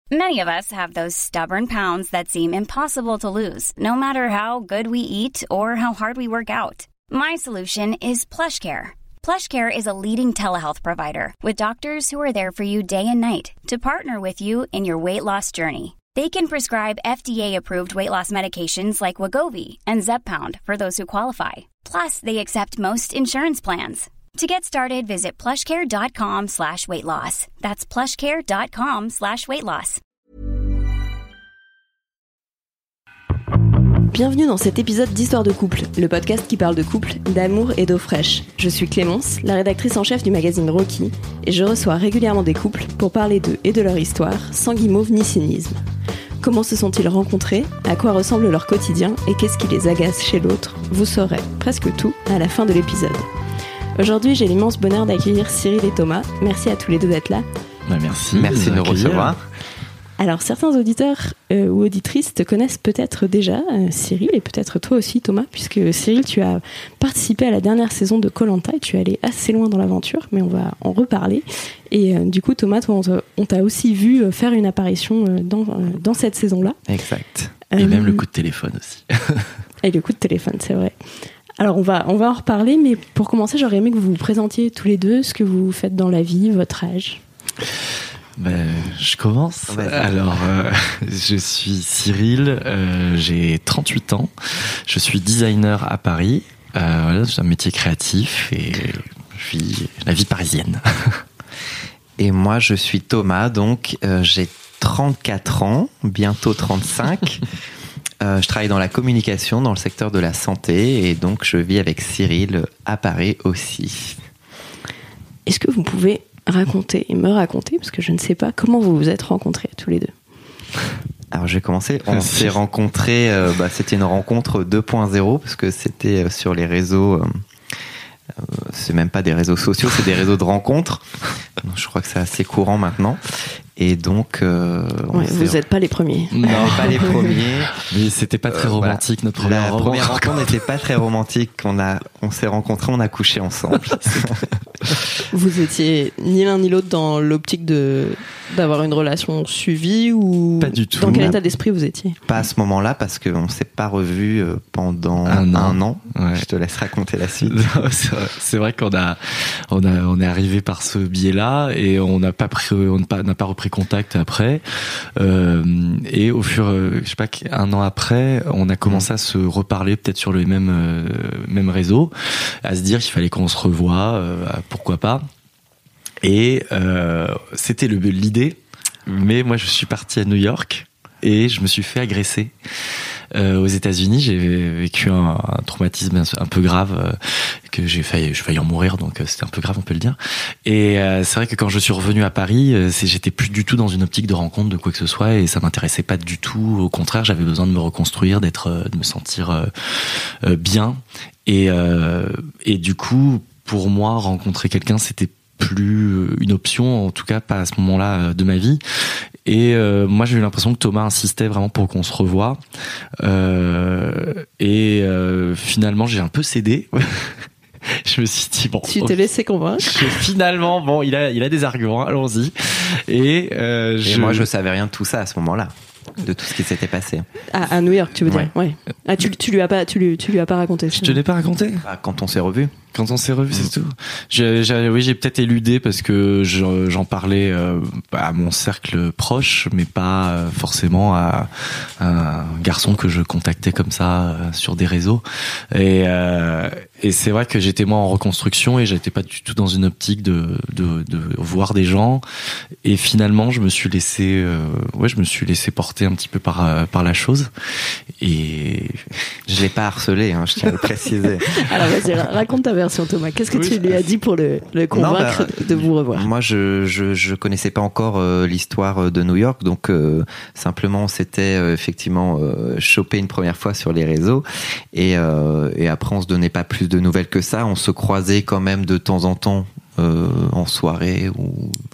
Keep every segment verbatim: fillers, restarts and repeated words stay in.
Many of us have those stubborn pounds that seem impossible to lose, no matter how good we eat or how hard we work out. My solution is PlushCare. PlushCare is a leading telehealth provider with doctors who are there for you day and night to partner with you in your weight loss journey. They can prescribe F D A-approved weight loss medications like Wegovy and Zepbound for those who qualify. Plus, they accept most insurance plans. To get started, visit plushcare.com slash weight loss. That's plushcare.com slash weight loss. Bienvenue dans cet épisode d'Histoire de couple, le podcast qui parle de couple, d'amour et d'eau fraîche. Je suis Clémence, la rédactrice en chef du magazine Rocky, et je reçois régulièrement des couples pour parler d'eux et de leur histoire, sans guimauve ni cynisme. Comment se sont-ils rencontrés ? À quoi ressemble leur quotidien ? Et qu'est-ce qui les agace chez l'autre ? Vous saurez presque tout à la fin de l'épisode. Aujourd'hui, j'ai l'immense bonheur d'accueillir Cyril et Thomas. Merci à tous les deux d'être là. Bah merci. Merci de nous recevoir. Alors, certains auditeurs euh, ou auditrices te connaissent peut-être déjà, euh, Cyril, et peut-être toi aussi, Thomas, puisque Cyril, tu as participé à la dernière saison de Koh-Lanta et tu es allé assez loin dans l'aventure, mais on va en reparler. Et euh, du coup, Thomas, toi, on, te, on t'a aussi vu faire une apparition euh, dans, euh, dans cette saison-là. Exact. Et Euh, même le coup de téléphone aussi. Et le coup de téléphone, c'est vrai. Alors, on va, on va en reparler, mais pour commencer, j'aurais aimé que vous vous présentiez tous les deux, ce que vous faites dans la vie, votre âge. Ben, je commence. Ouais. Alors, euh, je suis Cyril, euh, j'ai trente-huit ans, je suis designer à Paris. Euh, voilà, c'est un métier créatif et je vis la vie parisienne. Et moi, je suis Thomas, donc euh, j'ai trente-quatre ans, bientôt trente-cinq. euh, je travaille dans la communication, dans le secteur de la santé, et donc je vis avec Cyril à Paris aussi. Est-ce que vous pouvez raconter et me raconter, parce que je ne sais pas, comment vous vous êtes rencontrés tous les deux ? Alors, je vais commencer. On s'est rencontrés, euh, bah, c'était une rencontre deux point zéro, parce que c'était euh, sur les réseaux... Euh, euh, c'est même pas des réseaux sociaux, c'est des réseaux de rencontres. Donc, je crois que c'est assez courant maintenant. Et donc... Euh, on Ouais, s'est... vous n'êtes pas les premiers. On n'est pas les premiers. Mais c'était pas très Euh, romantique, voilà. notre première La rencontre. première rencontre n'était pas très romantique. On, a, on s'est rencontrés, on a couché ensemble. Vous étiez ni l'un ni l'autre dans l'optique de, d'avoir une relation suivie ou... Pas du tout. Dans quel Non. état d'esprit vous étiez ? Pas à ce moment-là, parce qu'on ne s'est pas revus euh, pendant Un an. un an. Ouais. Je te laisse raconter la suite. Non, c'est vrai, c'est vrai qu'on a, on a, on est arrivé par ce biais-là et on n'a pas pris, on n'a pas, n'a pas repris contact après. Euh, et au fur, je sais pas, un an après, on a commencé à se reparler peut-être sur le même, euh, même réseau, à se dire qu'il fallait qu'on se revoie, euh, pourquoi pas. Et euh, c'était le, l'idée, mais moi je suis parti à New York et je me suis fait agresser. Euh, aux États-Unis, j'ai vécu un, un traumatisme un, un peu grave, euh, que j'ai failli, j'ai failli en mourir, donc euh, c'était un peu grave, on peut le dire. Et euh, c'est vrai que quand je suis revenu à Paris, euh, c'est, j'étais plus du tout dans une optique de rencontre de quoi que ce soit, et ça m'intéressait pas du tout. Au contraire, j'avais besoin de me reconstruire, d'être, euh, de me sentir euh, euh, bien. Et euh, et du coup, pour moi, rencontrer quelqu'un, c'était plus une option, en tout cas pas à ce moment-là de ma vie. Et euh, moi j'ai eu l'impression que Thomas insistait vraiment pour qu'on se revoie, euh, et euh, finalement j'ai un peu cédé. Je me suis dit bon, Tu t'es laissé convaincre ? finalement bon, il a il a des arguments, allons-y. Et, euh, Et je... moi, je savais rien de tout ça à ce moment-là, de tout ce qui s'était passé. À, à New York, tu veux Ouais. dire ? Ouais. Ah, tu, tu lui as pas, tu lui, tu lui as pas raconté ça. Je te l'ai pas raconté. Bah, quand on s'est revus. Quand on s'est revus, c'est tout. J'ai, j'ai, oui, j'ai peut-être éludé parce que j'en, j'en parlais euh, à mon cercle proche, mais pas euh, forcément à, à un garçon que je contactais comme ça euh, sur des réseaux. Et, euh, et c'est vrai que j'étais moi en reconstruction et j'étais pas du tout dans une optique de, de, de voir des gens. Et finalement, je me suis laissé, euh, ouais, je me suis laissé porter un petit peu par euh, par la chose. Et Je l'ai pas harcelé, hein, je tiens à le préciser. Alors vas-y, raconte ta version, Thomas. Qu'est-ce que Oui. tu lui as dit pour le, le convaincre Non, bah, de vous revoir ? Moi, je, je, je connaissais pas encore euh, l'histoire de New York, donc euh, simplement, c'était euh, effectivement euh, chopé une première fois sur les réseaux, et, euh, et après, on se donnait pas plus de nouvelles que ça. On se croisait quand même de temps en temps euh, en soirée ou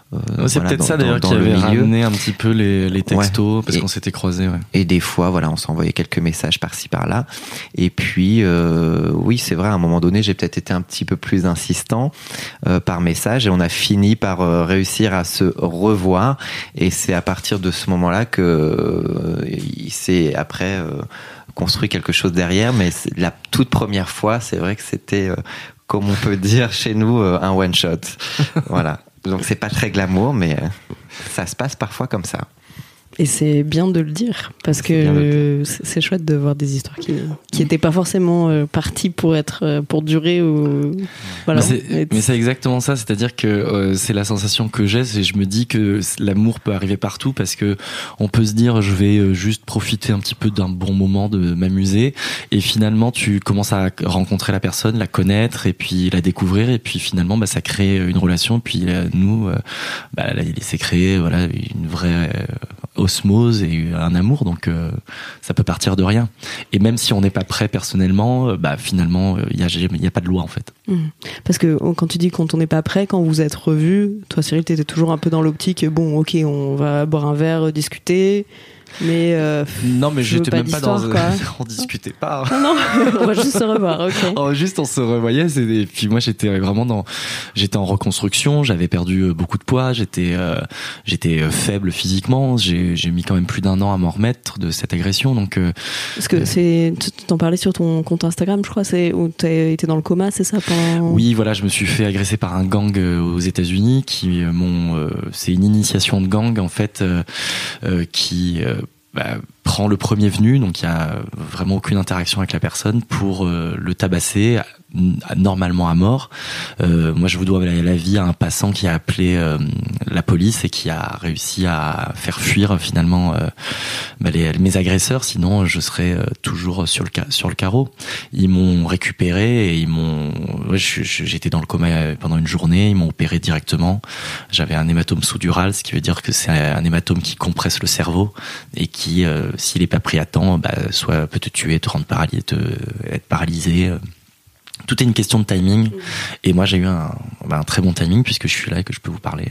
Euh, c'est voilà, peut-être dans, ça d'ailleurs dans, qui dans avait ramené un petit peu les, les textos, ouais. parce et, qu'on s'était croisés. Ouais. Et des fois, voilà, on s'envoyait quelques messages par-ci par-là. Et puis, euh, oui, c'est vrai, à un moment donné, j'ai peut-être été un petit peu plus insistant euh, par message, et on a fini par euh, réussir à se revoir. Et c'est à partir de ce moment-là que euh, il s'est après euh, construit quelque chose derrière. Mais la toute première fois, c'est vrai que c'était, euh, comme on peut dire chez nous, euh, un one shot. Voilà. Donc c'est pas très glamour, mais ça se passe parfois comme ça. Et c'est bien de le dire, parce que c'est chouette de voir des histoires qui qui étaient pas forcément euh, parties pour être pour durer ou voilà. Mais c'est, mais c'est exactement ça, c'est-à-dire que euh, c'est la sensation que j'ai, c'est je me dis que l'amour peut arriver partout, parce que on peut se dire je vais juste profiter un petit peu d'un bon moment, de m'amuser, et finalement tu commences à rencontrer la personne, la connaître et puis la découvrir, et puis finalement bah ça crée une relation, puis euh, nous euh, bah là, il s'est créé voilà une vraie euh, osmose et un amour, donc euh, ça peut partir de rien. Et même si on n'est pas prêt personnellement, euh, bah finalement il euh, y a il y a pas de loi en fait. Mmh. Parce que quand tu dis quand on n'est pas prêt, quand vous êtes revus, toi Cyril, t'étais toujours un peu dans l'optique bon ok on va boire un verre, discuter. Mais euh, non, mais j'étais même pas dans. On discutait pas. Non, non, on va juste se revoir. Ok. Oh, juste on se revoyait. Et puis moi, j'étais vraiment dans. J'étais en reconstruction. J'avais perdu beaucoup de poids. J'étais, euh, j'étais faible physiquement. J'ai, j'ai mis quand même plus d'un an à m'en remettre de cette agression. Donc. Euh, Parce que euh, c'est. Tu t'en parlais sur ton compte Instagram, je crois. C'est où t'as été dans le coma, c'est ça pendant... Oui, voilà. Je me suis fait agresser par un gang aux États-Unis qui m'ont. Euh, c'est une initiation de gang en fait euh, euh, qui. Euh, Bah, prend le premier venu, donc il y a vraiment aucune interaction avec la personne, pour euh, le tabasser normalement à mort. Euh, moi, je vous dois la, la vie à un passant qui a appelé euh, la police et qui a réussi à faire fuir finalement euh, bah, les, mes agresseurs. Sinon, je serais euh, toujours sur le sur le carreau. Ils m'ont récupéré et ils m'ont. Ouais, je, je, j'étais dans le coma pendant une journée. Ils m'ont opéré directement. J'avais un hématome sous-dural, ce qui veut dire que c'est un hématome qui compresse le cerveau et qui, euh, s'il est pas pris à temps, bah, soit peut te tuer, te rendre paralysé, te, être paralysé. Euh, Tout est une question de timing. Et moi, j'ai eu un, bah, un très bon timing puisque je suis là et que je peux vous parler.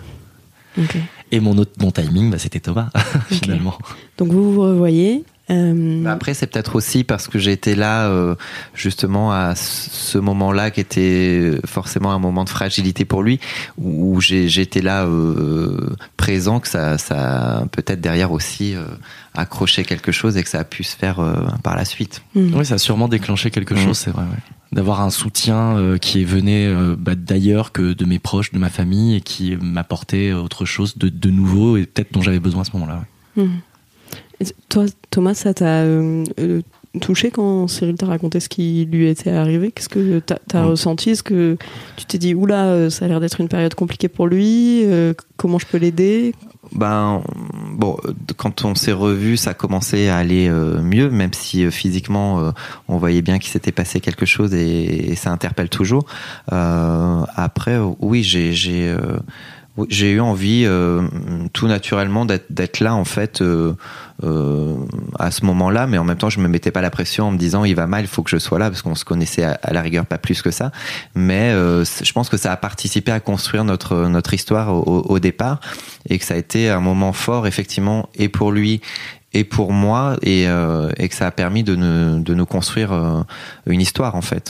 Okay. Et mon autre bon timing, bah, c'était Thomas, okay. Finalement. Donc vous vous revoyez. Euh... Bah après, c'est peut-être aussi parce que j'ai été là euh, justement à ce moment-là qui était forcément un moment de fragilité pour lui, où j'ai, j'étais là euh, présent, que ça, ça peut-être derrière aussi euh, accroché quelque chose et que ça a pu se faire euh, par la suite. Mmh. Oui, ça a sûrement déclenché quelque mmh. chose, c'est vrai. Ouais. D'avoir un soutien euh, qui venait euh, bah, d'ailleurs que de mes proches, de ma famille, et qui m'apportait autre chose de, de nouveau et peut-être dont j'avais besoin à ce moment-là. Ouais. Mmh. Et toi, Thomas, ça t'a euh, euh, touché quand Cyril t'a raconté ce qui lui était arrivé? Qu'est-ce que t'as, t'as mmh. ressenti? Est-ce que tu t'es dit oula, ça a l'air d'être une période compliquée pour lui, euh, comment je peux l'aider? Ben bon, quand on s'est revus, ça commençait à aller euh, mieux, même si euh, physiquement euh, on voyait bien qu'il s'était passé quelque chose et, et ça interpelle toujours. Euh, après, oui, j'ai j'ai euh, j'ai eu envie euh, tout naturellement d'être, d'être là en fait euh, euh, à ce moment-là, mais en même temps je me mettais pas la pression en me disant il va mal, il faut que je sois là, parce qu'on se connaissait à, à la rigueur pas plus que ça, mais euh, je pense que ça a participé à construire notre notre histoire au, au départ, et que ça a été un moment fort effectivement, et pour lui et pour moi, et, euh, et que ça a permis de nous, de nous construire euh, une histoire en fait.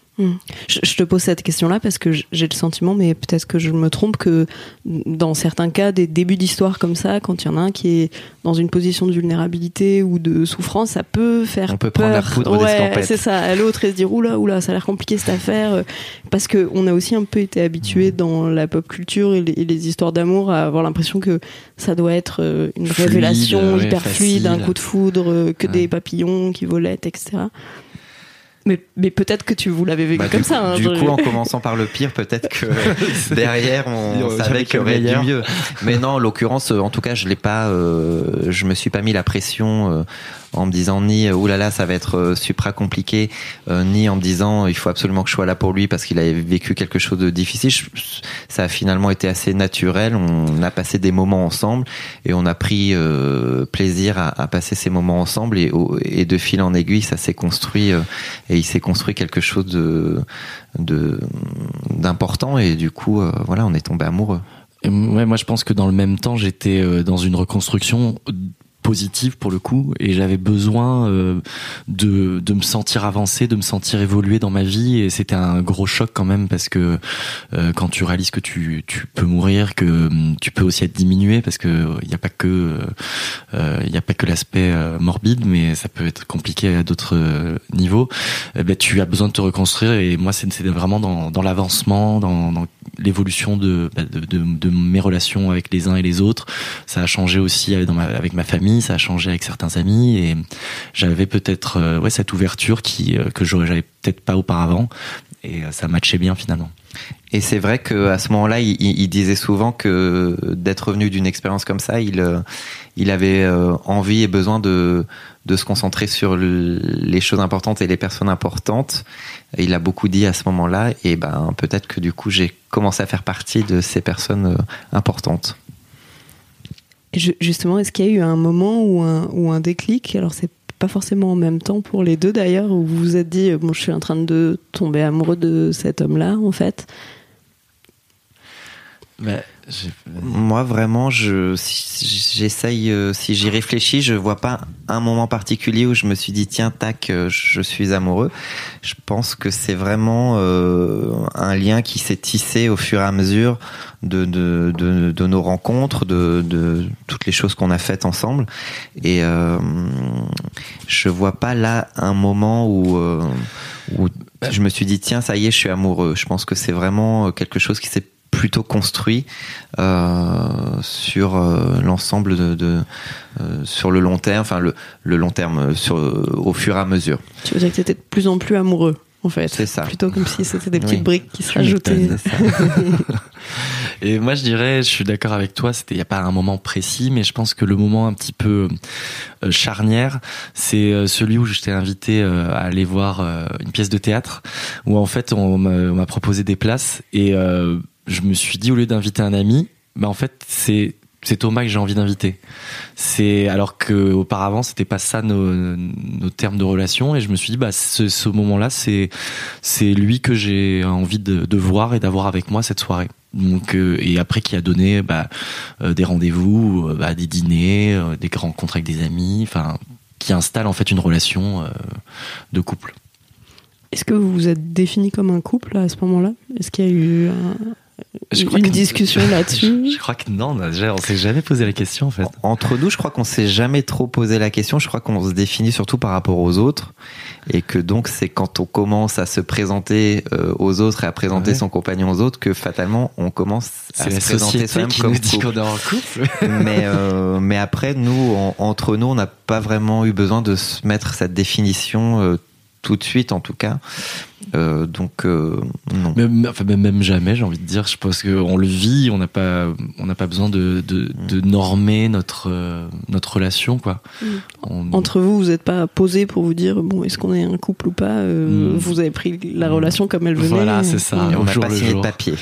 Je te pose cette question-là parce que j'ai le sentiment, mais peut-être que je me trompe, que dans certains cas, des débuts d'histoire comme ça, quand il y en a un qui est dans une position de vulnérabilité ou de souffrance, ça peut faire On peut peur. prendre la poudre ouais, d'escampette. C'est ça, à l'autre et se dire oula, oula, ça a l'air compliqué cette affaire. Parce qu'on a aussi un peu été habitués dans la pop culture et les, et les histoires d'amour à avoir l'impression que ça doit être une fluide, révélation ouais, hyper facile. Fluide, un coup de foudre, que ouais. des papillons qui volaient, et cetera. Mais, mais peut-être que tu vous l'avez vécu bah, comme du, ça. Hein, du je... coup, en commençant par le pire, peut-être que derrière, on, on savait qu'il y aurait du mieux. Mais non, en l'occurrence, en tout cas, je l'ai pas. Euh, je me suis pas mis la pression euh, en me disant ni oulala, là là, ça va être euh, supra compliqué, euh, ni en me disant il faut absolument que je sois là pour lui parce qu'il avait vécu quelque chose de difficile. Je, ça a finalement été assez naturel. On a passé des moments ensemble et on a pris euh, plaisir à, à passer ces moments ensemble, et, et de fil en aiguille, ça s'est construit. Euh, Et il s'est construit quelque chose de, de, d'important, et du coup, euh, voilà, on est tombé amoureux. Ouais, moi je pense que dans le même temps, j'étais dans une reconstruction positive pour le coup, et j'avais besoin euh, de de me sentir avancer, de me sentir évoluer dans ma vie, et c'était un gros choc quand même, parce que euh, quand tu réalises que tu tu peux mourir, que tu peux aussi être diminué, parce que il y a pas que il euh, y a pas que l'aspect euh, morbide, mais ça peut être compliqué à d'autres euh, niveaux. Eh ben tu as besoin de te reconstruire, et moi c'est c'est vraiment dans dans l'avancement, dans dans l'évolution de, de de de mes relations avec les uns et les autres. Ça a changé aussi avec, dans ma, avec ma famille, ça a changé avec certains amis, et j'avais peut-être euh, ouais cette ouverture qui euh, que j'aurais j'avais peut-être pas auparavant, et euh, ça matchait bien finalement. Et c'est vrai qu'à ce moment-là, il, il disait souvent que d'être revenu d'une expérience comme ça, il, il avait envie et besoin de, de se concentrer sur le, les choses importantes et les personnes importantes. Il a beaucoup dit à ce moment-là, et ben peut-être que du coup, j'ai commencé à faire partie de ces personnes importantes. Justement, est-ce qu'il y a eu un moment ou un, ou un déclic ? Alors, c'est pas forcément en même temps pour les deux d'ailleurs, où vous vous êtes dit, bon, je suis en train de tomber amoureux de cet homme-là, en fait. Bah, j'ai... Moi, vraiment, je, si, j'essaye, euh, si j'y réfléchis, je vois pas un moment particulier où je me suis dit, tiens, tac, euh, je suis amoureux. Je pense que c'est vraiment euh, un lien qui s'est tissé au fur et à mesure de, de, de, de nos rencontres, de, de toutes les choses qu'on a faites ensemble. Et euh, je vois pas là un moment où, euh, où je me suis dit, tiens, ça y est, je suis amoureux. Je pense que c'est vraiment quelque chose qui s'est plutôt construit euh, sur euh, l'ensemble de, de euh, sur le long terme, enfin le, le long terme sur au fur et à mesure. Tu veux dire que t'étais de plus en plus amoureux, en fait. C'est ça. Plutôt comme si c'était des petites Oui. briques qui se rajoutaient. Et moi je dirais, je suis d'accord avec toi, c'était il y a pas un moment précis, mais je pense que le moment un petit peu euh, charnière, c'est euh, celui où j'étais invité euh, à aller voir euh, une pièce de théâtre, où en fait on m'a, on m'a proposé des places, et euh, je me suis dit, au lieu d'inviter un ami, bah en fait c'est c'est Thomas que j'ai envie d'inviter. C'est alors que auparavant c'était pas ça nos, nos termes de relation, et je me suis dit bah ce, ce moment-là c'est c'est lui que j'ai envie de, de voir et d'avoir avec moi cette soirée. Donc euh, et après qui a donné bah euh, des rendez-vous, euh, bah, des dîners, euh, des rencontres avec des amis, enfin qui installe en fait une relation euh, de couple. Est-ce que vous vous êtes défini comme un couple à ce moment-là ? Est-ce qu'il y a eu un... Je crois une que, discussion je, là-dessus? Je, je crois que non, on, a, on s'est jamais posé la question en fait. Entre nous, je crois qu'on s'est jamais trop posé la question. Je crois qu'on se définit surtout par rapport aux autres, et que donc c'est quand on commence à se présenter euh, aux autres et à présenter ouais. son compagnon aux autres que fatalement on commence à c'est se présenter soi-même qui comme nous dit couple. qu'on est en couple. mais euh, mais après nous, on, entre nous, on n'a pas vraiment eu besoin de se mettre cette définition euh, tout de suite, en tout cas. Euh, donc euh, non. Même, enfin, même jamais, j'ai envie de dire. Je pense qu'on le vit, on n'a pas, on n'a pas besoin de, de, de normer notre euh, notre relation, quoi. Mm. On... Entre vous, vous n'êtes pas posé pour vous dire bon, est-ce qu'on est un couple ou pas. Euh, mm. Vous avez pris la relation comme elle venait. Voilà, c'est ça. Et on n'a pas signé de papier.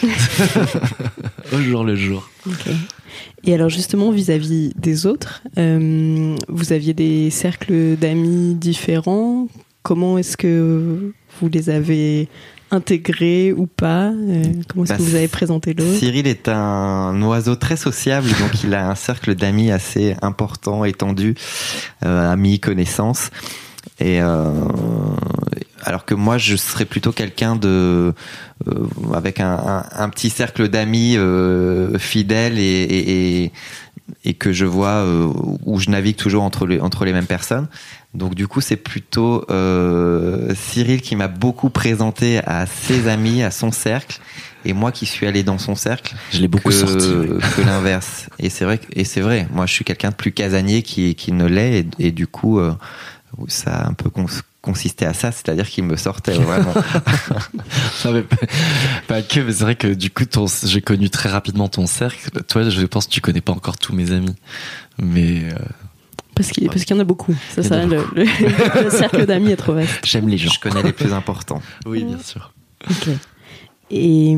Au jour le jour. Okay. Et alors justement, vis-à-vis des autres, euh, vous aviez des cercles d'amis différents. Comment est-ce que vous les avez intégrés ou pas ? euh, Comment est-ce bah, que vous avez présenté l'autre ? Cyril est un oiseau très sociable, donc il a un cercle d'amis assez important, étendu, euh, amis, connaissances. Et euh, alors que moi, je serais plutôt quelqu'un de euh, avec un, un, un petit cercle d'amis euh, fidèles et, et, et, et que je vois euh, où je navigue toujours entre les entre les mêmes personnes. Donc du coup, c'est plutôt euh, Cyril qui m'a beaucoup présenté à ses amis, à son cercle, et moi qui suis allé dans son cercle. Je l'ai beaucoup que, sorti. Oui. Que l'inverse. Et c'est vrai. Et c'est vrai. Moi, je suis quelqu'un de plus casanier qui qui ne l'est, et, et du coup, euh, ça a un peu cons- consisté à ça, c'est-à-dire qu'il me sortait vraiment. Non, mais pas, pas que, mais c'est vrai que du coup, ton, j'ai connu très rapidement ton cercle. Toi, je pense que tu connais pas encore tous mes amis, mais. Euh... Parce qu'il, parce qu'il y en a beaucoup. C'est ça, le, le, le cercle d'amis est trop vaste. J'aime les gens. Je connais les plus importants. Oui, bien sûr. Ok. Et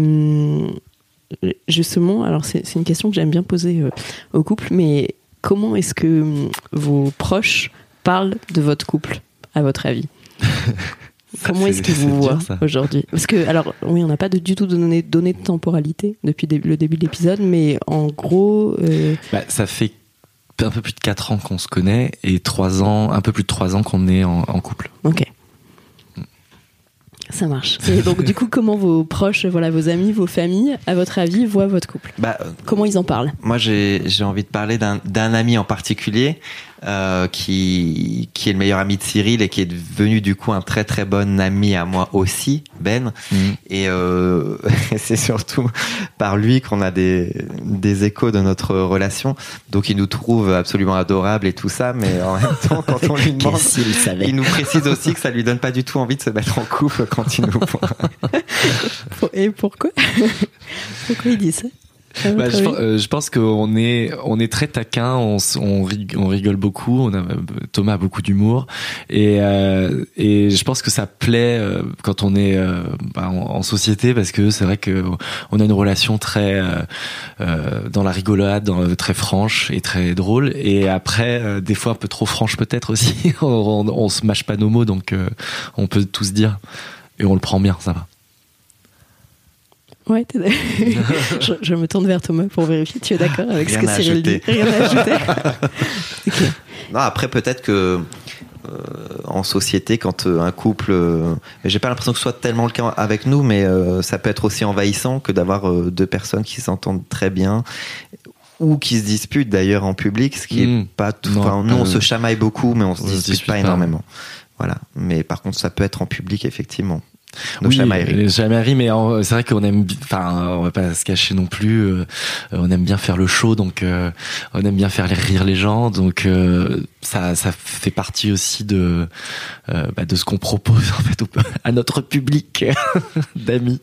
justement, alors c'est, c'est une question que j'aime bien poser euh, au couple, mais comment est-ce que vos proches parlent de votre couple, à votre avis ? Comment est-ce qu'ils vous voient aujourd'hui ? Parce que, alors, oui, on n'a pas de, du tout donné, donné de temporalité depuis dé- le début de l'épisode, mais en gros... Euh... Bah, ça fait un peu plus de quatre ans qu'on se connaît et trois ans, un peu plus de trois ans qu'on est en, en couple. Ok. Ça marche. Et donc, du coup, comment vos proches, voilà, vos amis, vos familles, à votre avis, voient votre couple ? Bah, comment ils en parlent ? Moi, j'ai, j'ai envie de parler d'un, d'un ami en particulier euh, qui, qui est le meilleur ami de Cyril et qui est devenu du coup un très très bon ami à moi aussi, Ben. Mmh. Et euh, c'est surtout par lui qu'on a des, des échos de notre relation. Donc, il nous trouve absolument adorables et tout ça, mais en même temps, quand on lui demande, il, il nous précise aussi que ça lui donne pas du tout envie de se mettre en couple quand il nous voit. Et pourquoi ? Pourquoi il dit ça ? Bah, je, euh, je pense qu'on est on est très taquin, on, on, rig, on rigole beaucoup, on a, Thomas a beaucoup d'humour et euh, et je pense que ça plaît euh, quand on est euh, bah, en, en société parce que c'est vrai que on a une relation très euh, euh, dans la rigolade, dans, très franche et très drôle et après euh, des fois un peu trop franche peut-être aussi. on, on, on se mâche pas nos mots donc euh, on peut tout se dire et on le prend bien, ça va. Ouais, je, je me tourne vers Thomas pour vérifier. Tu es d'accord avec Rien ce que Cyril dit ? Rien à ajouter. Okay. Non, après peut-être que euh, en société, quand euh, un couple, euh, j'ai pas l'impression que ce soit tellement le cas avec nous, mais euh, ça peut être aussi envahissant que d'avoir euh, deux personnes qui s'entendent très bien ou qui se disputent d'ailleurs en public, ce qui mmh. est pas tout. Non, enfin, nous, on euh, se chamaille beaucoup, mais on se dispute, dispute pas, pas énormément. Voilà. Mais par contre, ça peut être en public effectivement. Nos oui, chamailleries. les chamailleries, mais en, c'est vrai qu'on aime, enfin, on va pas se cacher non plus. Euh, on aime bien faire le show, donc euh, on aime bien faire rire les gens, donc euh, ça, ça fait partie aussi de, euh, bah, de ce qu'on propose en fait au, à notre public d'amis.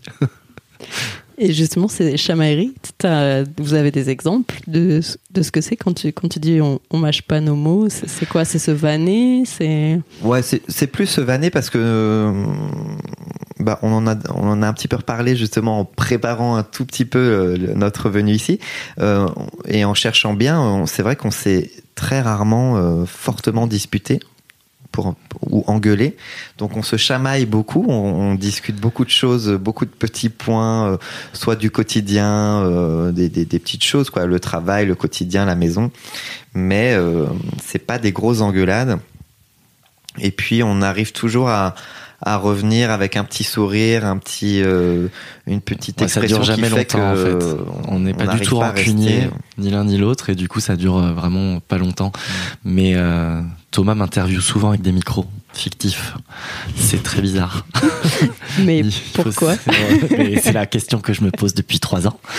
Et justement, ces chamailleries, vous avez des exemples de, de ce que c'est quand tu, quand tu dis on, on mâche pas nos mots, c'est, c'est quoi ? C'est se vanner, c'est... Ouais, c'est, c'est plus se vanner parce que bah, on, en a, on en a un petit peu reparlé justement en préparant un tout petit peu euh, notre venue ici. Euh, et en cherchant bien, on, c'est vrai qu'on s'est très rarement euh, fortement disputé. Pour, ou engueuler. Donc on se chamaille beaucoup, on, on discute beaucoup de choses, beaucoup de petits points, euh, soit du quotidien, euh, des, des, des petites choses, quoi, le travail, le quotidien, la maison. Mais euh, c'est pas des grosses engueulades. Et puis on arrive toujours à à revenir avec un petit sourire, un petit, euh, une petite ouais, expression ça dure jamais qui fait longtemps, que en fait. On n'est pas du tout rancunier, ni l'un ni l'autre, et du coup ça dure vraiment pas longtemps. Mmh. Mais euh, Thomas m'interviewe souvent avec des micros fictifs. C'est très bizarre. Mais pourquoi ? C'est, mais c'est la question que je me pose depuis trois ans.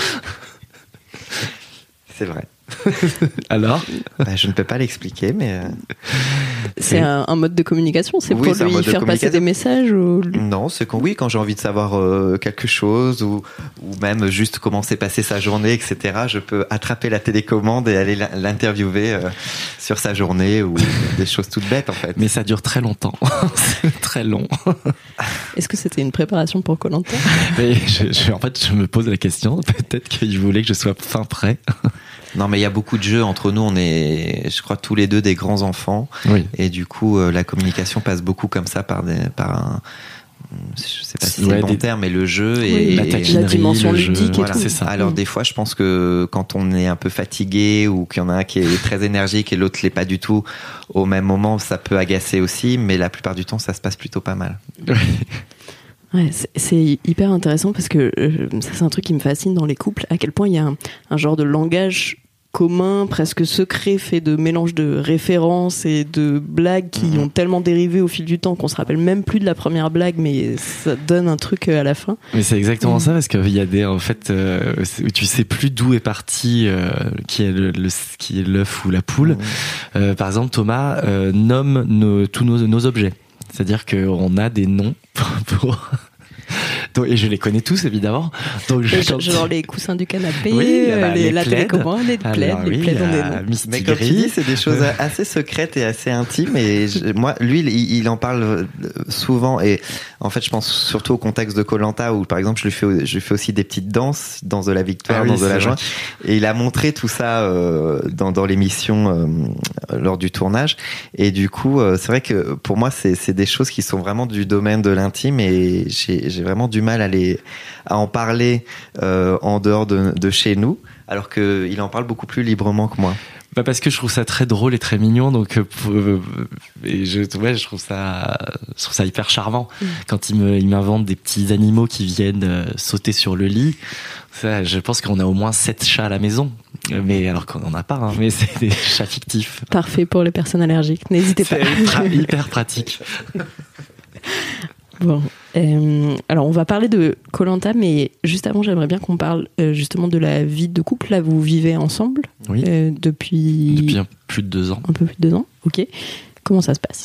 C'est vrai. Alors bah, je ne peux pas l'expliquer, mais c'est un, un mode de communication. C'est oui, pour c'est lui faire passer des messages ou... Non, c'est quand oui, quand j'ai envie de savoir euh, quelque chose ou ou même juste comment s'est passée sa journée, et cetera. Je peux attraper la télécommande et aller l'interviewer euh, sur sa journée ou des choses toutes bêtes en fait. Mais ça dure très longtemps, c'est très long. Est-ce que c'était une préparation pour Koh-Lanta ? je, je, En fait, je me pose la question. Peut-être qu'il voulait que je sois fin prêt. Non, mais il y a beaucoup de jeux entre nous. On est, je crois, tous les deux des grands enfants. Oui. Et du coup, euh, la communication passe beaucoup comme ça par des, par un, je sais pas si c'est ouais, le bon des... terme, mais le jeu et, oui, la, et la dimension ludique. Voilà, et tout. C'est ça. Alors des fois, je pense que quand on est un peu fatigué ou qu'il y en a un qui est très énergique et l'autre l'est pas du tout au même moment, ça peut agacer aussi. Mais la plupart du temps, ça se passe plutôt pas mal. Ouais, c'est, c'est hyper intéressant parce que euh, ça c'est un truc qui me fascine dans les couples, à quel point il y a un, un genre de langage commun, presque secret, fait de mélange de références et de blagues qui mmh. ont tellement dérivé au fil du temps qu'on se rappelle même plus de la première blague, mais ça donne un truc à la fin. Mais c'est exactement mmh. ça, parce qu'il y a des, en fait, euh, tu sais plus d'où est parti, euh, qui est le, le, qui est l'œuf ou la poule. Mmh. Euh, par exemple, Thomas euh, nomme nos, tous nos, nos objets. C'est-à-dire qu'on a des noms pour... Donc, et je les connais tous évidemment. Donc, je genre, genre les coussins du canapé, oui, bah, les, les la télécommande, les plaids, Alors, les oui, plaids ont des noms. Mais comme tu dis, c'est des choses assez secrètes et assez intimes. Et je, moi, lui, il, il en parle souvent. Et en fait, je pense surtout au contexte de Koh-Lanta où, par exemple, je lui fais, je lui fais aussi des petites danses, danse de la victoire, ah, danse oui, de la joie. Et il a montré tout ça euh, dans, dans l'émission euh, lors du tournage. Et du coup, euh, c'est vrai que pour moi, c'est, c'est des choses qui sont vraiment du domaine de l'intime et j'ai, j'ai vraiment du mal à, les, à en parler euh, en dehors de, de chez nous, alors qu'il en parle beaucoup plus librement que moi. Bah parce que je trouve ça très drôle et très mignon, donc euh, et je, ouais, je trouve ça, je trouve ça hyper charmant mmh. quand il me, il m'invente des petits animaux qui viennent euh, sauter sur le lit. Ça, je pense qu'on a au moins sept chats à la maison, mais alors qu'on n'en a pas, hein, mais c'est des chats fictifs. Parfait pour les personnes allergiques. N'hésitez pas. C'est hyper, hyper pratique. Bon, euh, alors on va parler de Koh-Lanta, mais juste avant, j'aimerais bien qu'on parle euh, justement de la vie de couple. Là, vous vivez ensemble oui. euh, depuis... Depuis un, plus de deux ans. Un peu plus de deux ans, ok. Comment ça se passe ?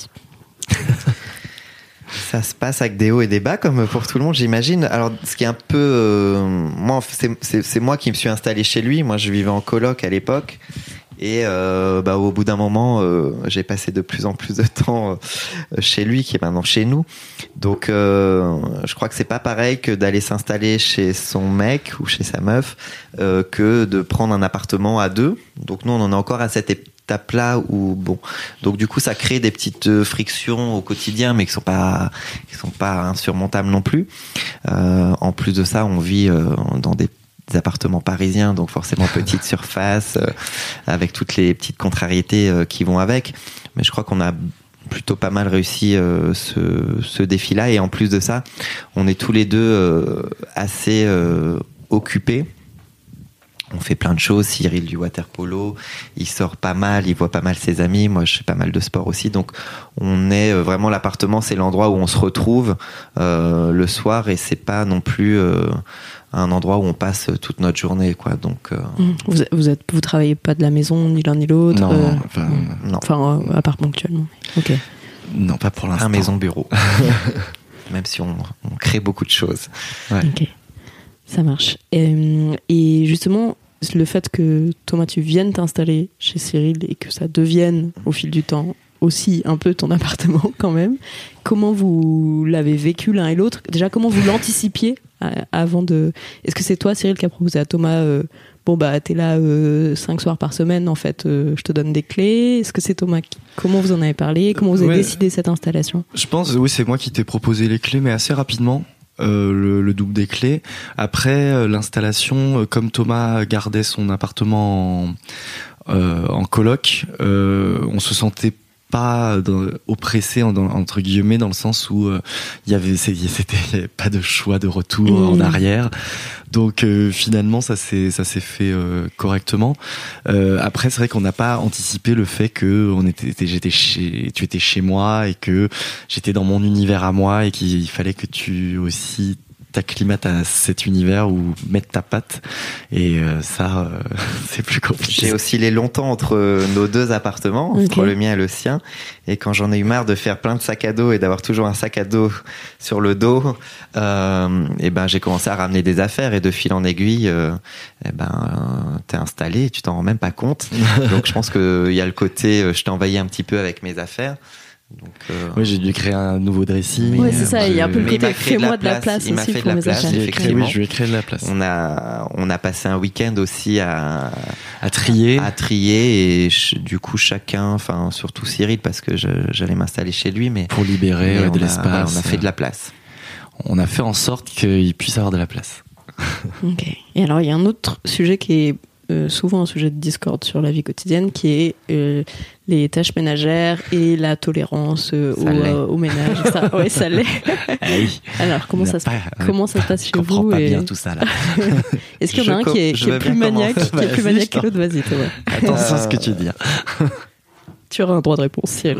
Ça se passe avec des hauts et des bas, comme pour tout le monde, j'imagine. Alors, ce qui est un peu... Euh, moi, c'est, c'est, c'est moi qui me suis installé chez lui. Moi, je vivais en coloc à l'époque. Et euh, bah, au bout d'un moment, euh, j'ai passé de plus en plus de temps euh, chez lui, qui est maintenant chez nous. Donc, euh, je crois que c'est pas pareil que d'aller s'installer chez son mec ou chez sa meuf euh, que de prendre un appartement à deux. Donc, nous, on en est encore à cette étape-là où bon. Donc, du coup, ça crée des petites frictions au quotidien, mais qui sont pas, qui sont pas insurmontables non plus. Euh, en plus de ça, on vit euh, dans des des appartements parisiens, donc forcément petite surface, euh, avec toutes les petites contrariétés euh, qui vont avec. Mais je crois qu'on a plutôt pas mal réussi euh, ce, ce défi-là. Et en plus de ça, on est tous les deux euh, assez euh, occupés. On fait plein de choses. Cyril du water-polo, il sort pas mal, il voit pas mal ses amis. Moi, je fais pas mal de sport aussi. Donc, on est vraiment, l'appartement, c'est l'endroit où on se retrouve euh, le soir, et c'est pas non plus euh, un endroit où on passe toute notre journée, quoi. Donc, euh... vous, vous êtes, vous travaillez pas de la maison, ni l'un ni l'autre. Non, euh, enfin, non. Enfin, euh, à part ponctuellement. Ok. Non, pas pour l'instant. Un maison bureau. Même si on, on crée beaucoup de choses. Ouais. Ok. Ça marche. Et, et justement, le fait que Thomas, tu viennes t'installer chez Cyril et que ça devienne au fil du temps aussi un peu ton appartement quand même, comment vous l'avez vécu l'un et l'autre ? Déjà, comment vous l'anticipiez avant de... Est-ce que c'est toi, Cyril, qui a proposé à Thomas euh, bon bah t'es là euh, cinq soirs par semaine, en fait euh, je te donne des clés. Est-ce que c'est Thomas qui... Comment vous en avez parlé ? Comment vous avez ouais. décidé cette installation ? Je pense, oui, c'est moi qui t'ai proposé les clés, mais assez rapidement. Euh, le, le double des clés. Après euh, l'installation, euh, comme Thomas gardait son appartement en, euh, en coloc, euh, on se sentait pas dans, oppressé en, dans, entre guillemets, dans le sens où il euh, y avait c'était y avait pas de choix de retour mmh. en arrière. Donc euh, finalement ça s'est ça s'est fait euh, correctement. Euh, après c'est vrai qu'on n'a pas anticipé le fait que on était j'étais chez tu étais chez moi et que j'étais dans mon univers à moi et qu'il fallait que tu aussi t'acclimates à cet univers ou mettre ta patte, et euh, ça euh, c'est plus compliqué. J'ai oscillé longtemps entre nos deux appartements, okay. entre le mien et le sien, et quand j'en ai eu marre de faire plein de sacs à dos et d'avoir toujours un sac à dos sur le dos, euh, et ben j'ai commencé à ramener des affaires, et de fil en aiguille euh, et ben euh, t'es installé, tu t'en rends même pas compte. Donc je pense que il y a le côté je t'ai envahi un petit peu avec mes affaires. Donc, euh... oui, j'ai dû créer un nouveau dressing. Oui, c'est ça. Il y a un peu le côté crée-moi de la place il m'a aussi fait pour de la mes place, affaires. Oui, je lui ai créé de la place. On a, on a passé un week-end aussi à, à trier, à trier, et ch- du coup chacun, enfin surtout Cyril parce que je, j'allais m'installer chez lui, mais pour libérer mais de a, l'espace. Voilà, on a fait de la place. On a fait en sorte qu'il puisse avoir de la place. Ok. Et alors il y a un autre sujet qui est Euh, souvent un sujet de discorde sur la vie quotidienne, qui est euh, les tâches ménagères et la tolérance euh, au, euh, au ménage. Ça, ouais, ça l'est. Ah oui. Alors comment ça, se, pas, comment ça se passe chez vous ? Je comprends pas et... bien tout ça là. Est-ce qu'il y en a un qui est, qui est plus maniaque, qui est plus maniaque que l'autre ? Vas-y, toi. Attention à ce que tu dis. Tu auras un droit de réponse, Cyril.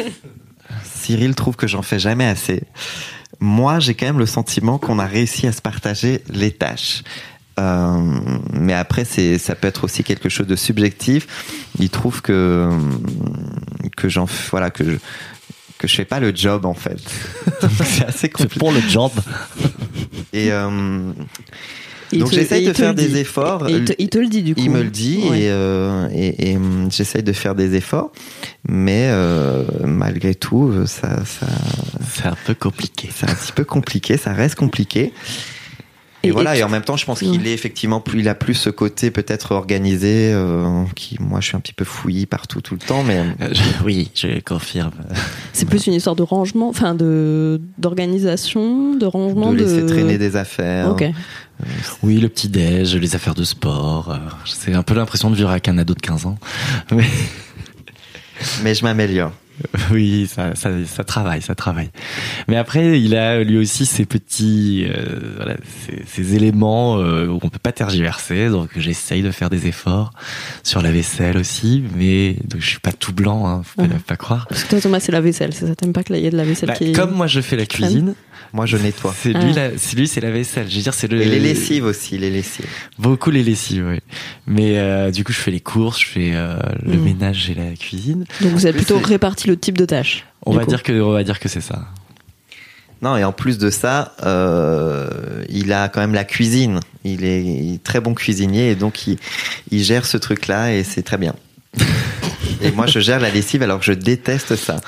Cyril trouve que j'en fais jamais assez. Moi, j'ai quand même le sentiment qu'on a réussi à se partager les tâches. Euh, mais après, c'est, ça peut être aussi quelque chose de subjectif. Il trouve que que j'en, voilà, que je, que je fais pas le job en fait. Donc, c'est assez compliqué. C'est pour le job. Et euh, Et donc te, j'essaye de faire des dit. efforts. Et il te, il te le dit du coup. Il me le dit ouais. et, euh, et, et j'essaye de faire des efforts, mais euh, malgré tout, ça, ça, c'est un peu compliqué. C'est un petit peu compliqué, ça reste compliqué. Et, et voilà, et, et en même temps, je pense qu'il est effectivement plus, il a plus ce côté peut-être organisé, euh, qui, moi, je suis un petit peu fouillis partout tout le temps, mais euh, je, oui, je confirme. C'est plus une histoire de rangement, enfin de d'organisation, de rangement, de laisser de... traîner des affaires. Ok. Oui, le petit déj, les affaires de sport. Euh, c'est un peu l'impression de vivre avec un ado de quinze ans, mais mais je m'améliore. Oui, ça, ça, ça travaille, ça travaille. Mais après, il a lui aussi ces petits, euh, voilà, ces, ces éléments euh, où on peut pas tergiverser. Donc, j'essaye de faire des efforts sur la vaisselle aussi, mais donc je suis pas tout blanc, hein, faut Mmh. pas, pas croire. Parce que toi, Thomas, c'est la vaisselle, c'est ça? T'aimes pas qu'il y ait de la vaisselle Bah, qui... Comme moi, je fais la cuisine. Moi, je nettoie. C'est lui, Ah. la, c'est lui, c'est la vaisselle. Je veux dire, c'est le. Et les lessives aussi, les lessives. Beaucoup les lessives, oui. Mais euh, du coup, je fais les courses, je fais euh, le Mmh. ménage et la cuisine. Donc vous avez plus, plutôt c'est- réparti le type de tâches. On du va coup. dire que, on va dire que c'est ça. Non, et en plus de ça, euh, il a quand même la cuisine. Il est, il est très bon cuisinier et donc il, il gère ce truc-là et c'est très bien. Et moi, je gère la lessive alors que je déteste ça.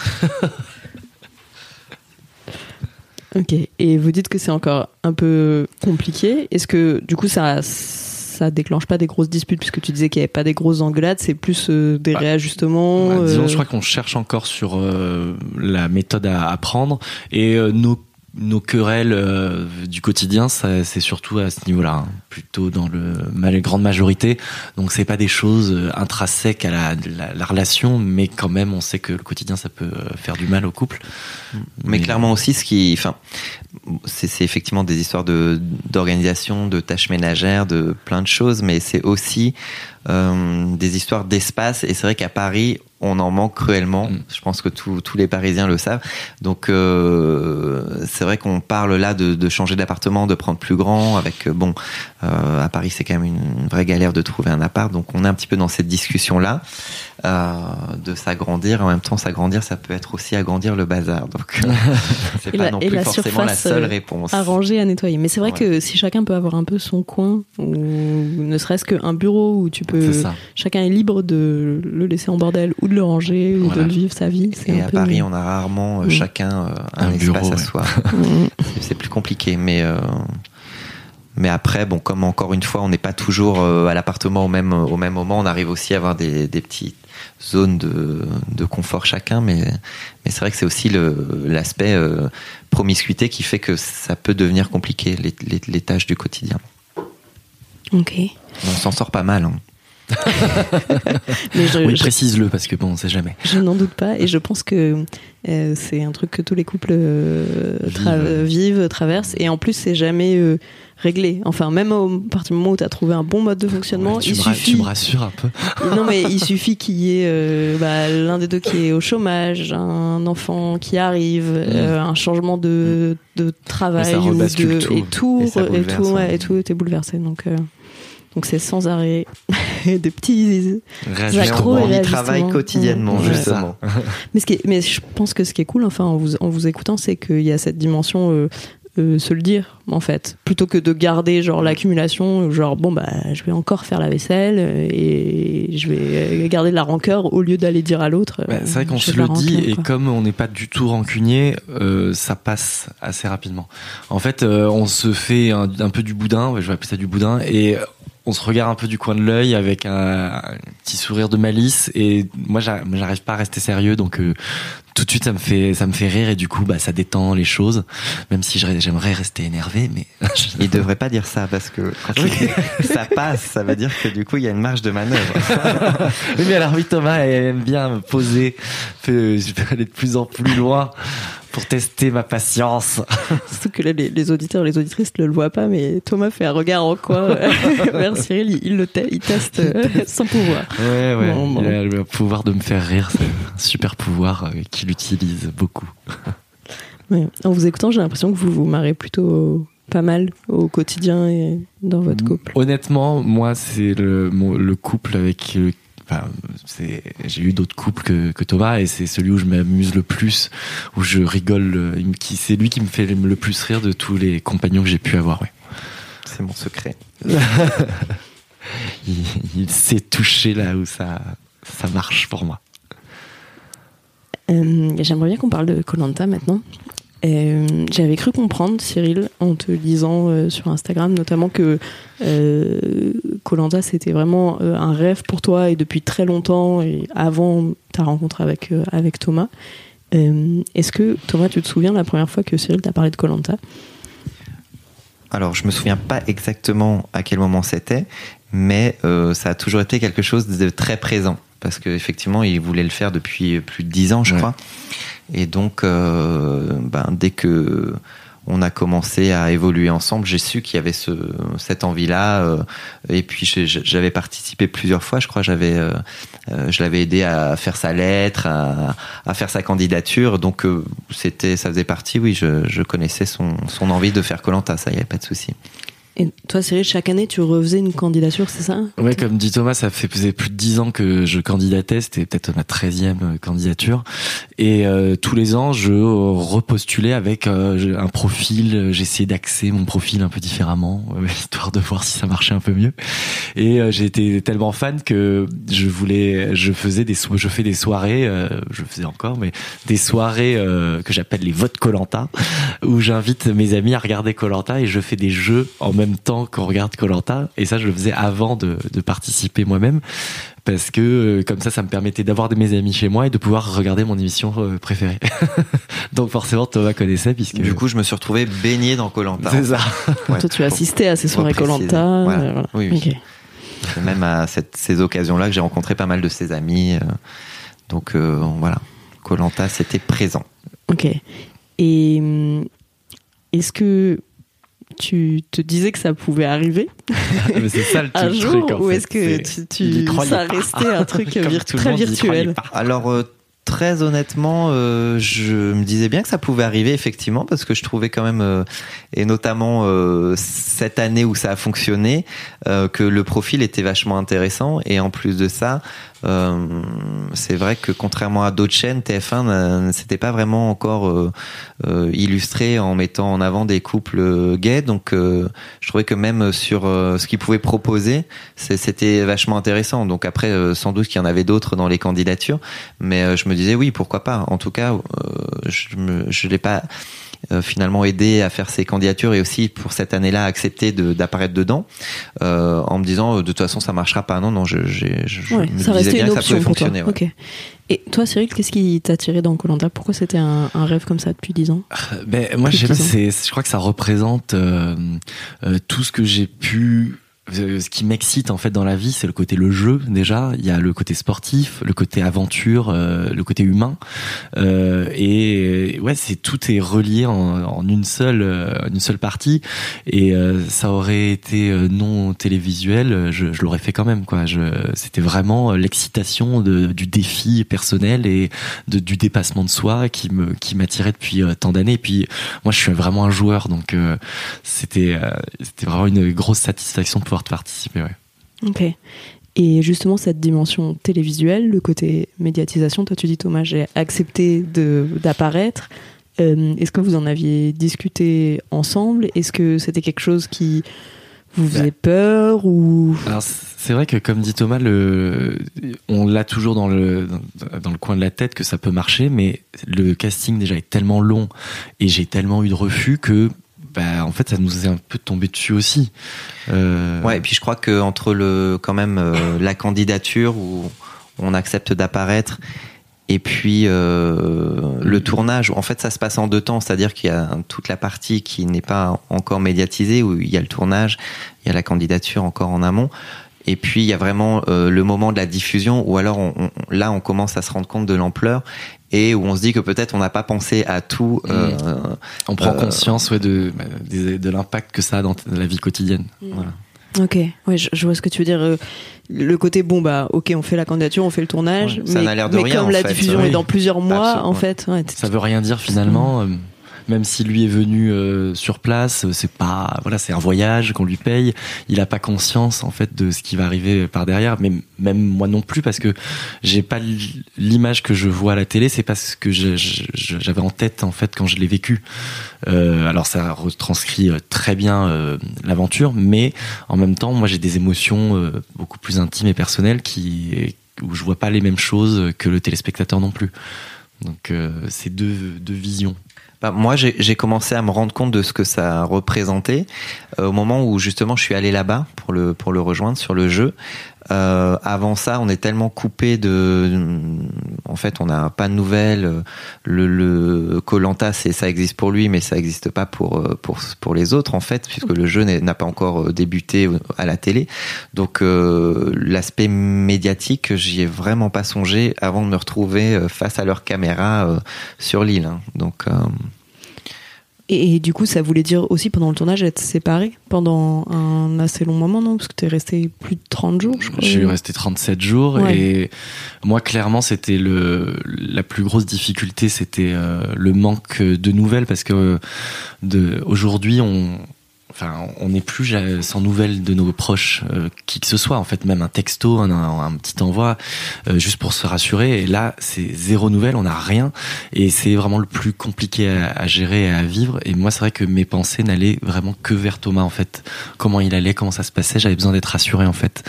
Ok. Et vous dites que c'est encore un peu compliqué. Est-ce que du coup ça ça déclenche pas des grosses disputes puisque tu disais qu'il y avait pas des grosses engueulades, c'est plus euh, des Bah, réajustements. Ouais, disons, euh, je crois qu'on cherche encore sur euh, la méthode à apprendre et euh, nos nos querelles euh, du quotidien, ça, c'est surtout à ce niveau-là, hein, plutôt dans le la grande majorité. Donc c'est pas des choses euh, intrinsèques à la, la, la relation, mais quand même on sait que le quotidien ça peut euh, faire du mal au couple. Mais clairement aussi, ce qui, enfin, c'est, c'est effectivement des histoires de d'organisation, de tâches ménagères, de plein de choses, mais c'est aussi euh, des histoires d'espace. Et c'est vrai qu'à Paris, on en manque cruellement. Mm. Je pense que tous tous les Parisiens le savent. Donc euh, c'est vrai qu'on parle là de, de changer d'appartement, de prendre plus grand. Avec euh, bon, euh, à Paris, c'est quand même une, une vraie galère de trouver un appart. Donc on est un petit peu dans cette discussion là. Euh, de s'agrandir. En même temps, s'agrandir, ça peut être aussi agrandir le bazar. Donc, euh, c'est Et pas la- non et plus la forcément la surface, seule euh, réponse. à ranger, à nettoyer. Mais c'est vrai Ouais. que si chacun peut avoir un peu son coin, ou ne serait-ce qu'un bureau où tu peux, C'est ça. chacun est libre de le laisser en bordel ou de le ranger ou Voilà. de vivre sa vie. C'est Et un à peu... Paris, on a rarement euh, Mm. chacun euh, un, Un espace bureau, à ouais. soi. Mm. C'est- c'est plus compliqué, mais euh, mais après, bon, comme encore une fois, on n'est pas toujours euh, à l'appartement au même au même moment. On arrive aussi à avoir des des petites zones de de confort chacun, mais mais c'est vrai que c'est aussi le l'aspect euh, promiscuité qui fait que ça peut devenir compliqué les les, les tâches du quotidien. Ok. On s'en sort pas mal. Hein. Mais je, Oui, je- précise-le parce que bon, on sait jamais. je n'en doute pas et je pense que euh, c'est un truc que tous les couples euh, tra- Vivent. vivent, traversent et en plus c'est jamais euh, réglé. Enfin même au à partir du moment où tu as trouvé un bon mode de fonctionnement, Ouais, tu, il me ra- suffit. tu me rassures un peu. Non mais il suffit qu'il y ait euh, bah, l'un des deux qui est au chômage, un enfant qui arrive, euh, un changement de, de travail Mais ça ou rebascule de tout. et tout Et ça et bouleverse, tout ouais, ouais. et tout était bouleversé donc euh, donc c'est sans arrêt des petits Réajustement. Mais Accro on, et on y réajustement. travaille quotidiennement, Ouais. justement. mais ce qui est, mais je pense que ce qui est cool enfin en vous en vous écoutant c'est qu'il y a cette dimension euh, euh, se le dire en fait plutôt que de garder genre l'accumulation genre bon bah je vais encore faire la vaisselle euh, et je vais garder de la rancœur au lieu d'aller dire à l'autre Bah, euh, c'est vrai qu'on j'ai se de la le dit rancœur, et quoi. comme on n'est pas du tout rancunier, euh, ça passe assez rapidement. En fait, euh, on se fait un, un peu du boudin, je vais appeler ça du boudin, et on se regarde un peu du coin de l'œil avec un, un petit sourire de malice. Et moi, j'arrive, j'arrive pas à rester sérieux, donc euh, tout de suite, ça me fait, ça me fait rire et du coup, bah, ça détend les choses. Même si j'aimerais rester énervé, mais Il devrait pas dire ça parce que quand il- ça passe, ça veut dire que du coup il y a une marge de manœuvre. oui, mais alors oui, Thomas elle aime bien me poser. Fait, je vais aller de plus en plus loin pour tester ma patience. Surtout que là, les, les auditeurs, les auditrices ne le voient pas, mais Thomas fait un regard en coin euh, vers Cyril, il, il le te- il teste euh, son pouvoir. Ouais, ouais. Bon, bon. Il a le pouvoir de me faire rire. C'est un super pouvoir euh, qu'il utilise beaucoup. Ouais. En vous écoutant, j'ai l'impression que vous vous marrez plutôt pas mal au quotidien et dans votre couple. Honnêtement, moi, c'est le, mon- le couple avec le Enfin, c'est, j'ai eu d'autres couples que, que Thomas et c'est celui où je m'amuse le plus, où je rigole, il me- qui, c'est lui qui me fait le plus rire de tous les compagnons que j'ai pu avoir. Ouais. C'est mon secret. il, il sait toucher là où ça, ça marche pour moi. Euh, j'aimerais bien qu'on parle de Koh-Lanta maintenant. Euh, j'avais cru comprendre, Cyril, en te lisant euh, sur Instagram, notamment que Koh-Lanta, euh, c'était vraiment euh, un rêve pour toi, et depuis très longtemps, et avant ta rencontre avec, euh, avec Thomas. Euh, est-ce que, Thomas, tu te souviens de la première fois que Cyril t'a parlé de Koh-Lanta ? Alors, je me souviens pas exactement à quel moment c'était, mais euh, ça a toujours été quelque chose de très présent. Parce qu'effectivement, il voulait le faire depuis plus de dix ans, je ouais. crois. Et donc, euh, ben, dès que on a commencé à évoluer ensemble, j'ai su qu'il y avait ce, cette envie-là. Euh, et puis, j'avais participé plusieurs fois. Je crois, j'avais, euh, je l'avais aidé à faire sa lettre, à, à faire sa candidature. Donc, euh, c'était, ça faisait partie. Oui, je, je connaissais son, son envie de faire Koh-Lanta. Ça, il n'y avait pas de souci. Et toi, Cyril, chaque année, tu refaisais une candidature, c'est ça ? Ouais, comme dit Thomas, ça fait plus de dix ans que je candidatais. C'était peut-être ma treizième candidature. Et euh, tous les ans, je repostulais avec euh, un profil. J'essayais d'axer mon profil un peu différemment, euh, histoire de voir si ça marchait un peu mieux. Et euh, j'ai été tellement fan que je voulais, je faisais des, so- je fais des soirées, euh, je faisais encore, mais des soirées euh, que j'appelle les votes Koh-Lanta, où j'invite mes amis à regarder Koh-Lanta et je fais des jeux en même temps qu'on regarde Koh-Lanta, et ça je le faisais avant de, de participer moi-même, parce que euh, comme ça ça me permettait d'avoir de mes amis chez moi et de pouvoir regarder mon émission euh, préférée. Donc forcément Thomas connaissait, puisque du coup je me suis retrouvé baigné dans Koh-Lanta. C'est ça. Ouais, toi tu as assisté à ces soirées Koh-Lanta. Voilà. Euh, voilà. Oui, oui. Okay. C'est même à cette, ces occasions-là que j'ai rencontré pas mal de ses amis. Euh, donc euh, voilà, Koh-Lanta c'était présent. Ok. Et est-ce que tu te disais que ça pouvait arriver mais c'est ça le un truc, jour, en ou fait. est-ce que c'est... tu, tu ça restait un truc vir- très virtuel? Alors euh, très honnêtement, euh, je me disais bien que ça pouvait arriver effectivement, parce que je trouvais quand même, euh, et notamment euh, cette année où ça a fonctionné, euh, que le profil était vachement intéressant, et en plus de ça, Euh, c'est vrai que contrairement à d'autres chaînes, T F un ne s'était pas vraiment encore euh, euh, illustré en mettant en avant des couples gays, donc euh, je trouvais que même sur euh, ce qu'ils pouvaient proposer, c'est, c'était vachement intéressant. Donc après, euh, sans doute qu'il y en avait d'autres dans les candidatures, mais euh, je me disais oui, pourquoi pas. En tout cas, euh, je me, je l'ai pas Euh, finalement aidé à faire ses candidatures, et aussi pour cette année-là accepté de, d'apparaître dedans, euh, en me disant de toute façon ça marchera pas. Non non, je, j'ai, je ouais, me ça disais bien une que ça pouvait fonctionner. Ouais. Ok. Et toi Cyril, qu'est-ce qui t'a tiré dans Koh-Lanta ? Pourquoi c'était un, un rêve comme ça depuis dix ans ? Ben moi je sais pas, c'est, je crois que ça représente euh, euh, tout ce que j'ai pu. Ce qui m'excite en fait dans la vie, c'est le côté le jeu déjà. Il y a le côté sportif, le côté aventure, euh, le côté humain, euh, et ouais, c'est tout est relié en, en une seule, euh, une seule partie. Et euh, ça aurait été non télévisuel, je, je l'aurais fait quand même quoi. Je, c'était vraiment l'excitation de, du défi personnel et de, du dépassement de soi qui me, qui m'attirait depuis euh, tant d'années. Et puis moi, je suis vraiment un joueur, donc euh, c'était, euh, c'était vraiment une grosse satisfaction de pouvoir participer, ouais. Ok. Et justement, cette dimension télévisuelle, le côté médiatisation, toi tu dis Thomas, j'ai accepté de, d'apparaître. Euh, est-ce que vous en aviez discuté ensemble ? Est-ce que c'était quelque chose qui vous faisait peur ou... Alors c'est vrai que comme dit Thomas, le, on l'a toujours dans le, dans le coin de la tête que ça peut marcher, mais le casting déjà est tellement long et j'ai tellement eu de refus que bah, en fait, ça nous est un peu tombé dessus aussi. Euh... Ouais, et puis je crois que entre le, quand même, euh, la candidature où on accepte d'apparaître, et puis euh, le tournage, en fait, ça se passe en deux temps, c'est-à-dire qu'il y a toute la partie qui n'est pas encore médiatisée, où il y a le tournage, il y a la candidature encore en amont. Et puis il y a vraiment euh, le moment de la diffusion où alors on, on, là on commence à se rendre compte de l'ampleur et où on se dit que peut-être on n'a pas pensé à tout. Euh, mmh. On prend euh, conscience ouais, de, de, de l'impact que ça a dans la vie quotidienne. Mmh. Voilà. Ok, ouais, je, je vois ce que tu veux dire. Le côté bon bah ok, on fait la candidature, on fait le tournage, ouais, ça mais, n'a l'air de mais rien, comme en la fait. diffusion oui. est dans plusieurs mois, Absolument. en fait. Ouais, ça veut rien dire finalement. Mmh. Même si lui est venu euh, sur place, c'est pas voilà, c'est un voyage qu'on lui paye. Il a pas conscience en fait de ce qui va arriver par derrière. Mais même moi non plus, parce que j'ai pas l'image que je vois à la télé, c'est pas ce que je, je, j'avais en tête en fait quand je l'ai vécu. Euh, alors ça retranscrit très bien euh, l'aventure, mais en même temps, moi j'ai des émotions euh, beaucoup plus intimes et personnelles qui où je vois pas les mêmes choses que le téléspectateur non plus. Donc euh, c'est deux deux visions. Bah, moi, j'ai, j'ai commencé à me rendre compte de ce que ça représentait euh, au moment où justement je suis allé là-bas pour le pour le rejoindre sur le jeu. Euh, avant ça, on est tellement coupé de, en fait, on n'a pas de nouvelles. Le, le Koh-Lanta, c'est ça existe pour lui, mais ça n'existe pas pour pour pour les autres en fait, puisque le jeu n'a pas encore débuté à la télé. Donc euh, l'aspect médiatique, j'y ai vraiment pas songé avant de me retrouver face à leur caméra euh, sur l'île. Hein. Donc euh, Et, et du coup, ça voulait dire aussi pendant le tournage être séparés pendant un assez long moment, non ? Parce que t'es resté plus de trente jours, je crois. Je suis resté trente-sept jours ouais. Et moi, clairement, c'était le la plus grosse difficulté, c'était euh, le manque de nouvelles parce que de aujourd'hui, on Enfin, on n'est plus sans nouvelles de nos proches, euh, qui que ce soit. En fait, même un texto, un, un, un petit envoi, euh, juste pour se rassurer. Et là, c'est zéro nouvelle, on n'a rien. Et c'est vraiment le plus compliqué à, à gérer et à vivre. Et moi, c'est vrai que mes pensées n'allaient vraiment que vers Thomas, en fait. Comment il allait, comment ça se passait. J'avais besoin d'être rassuré, en fait.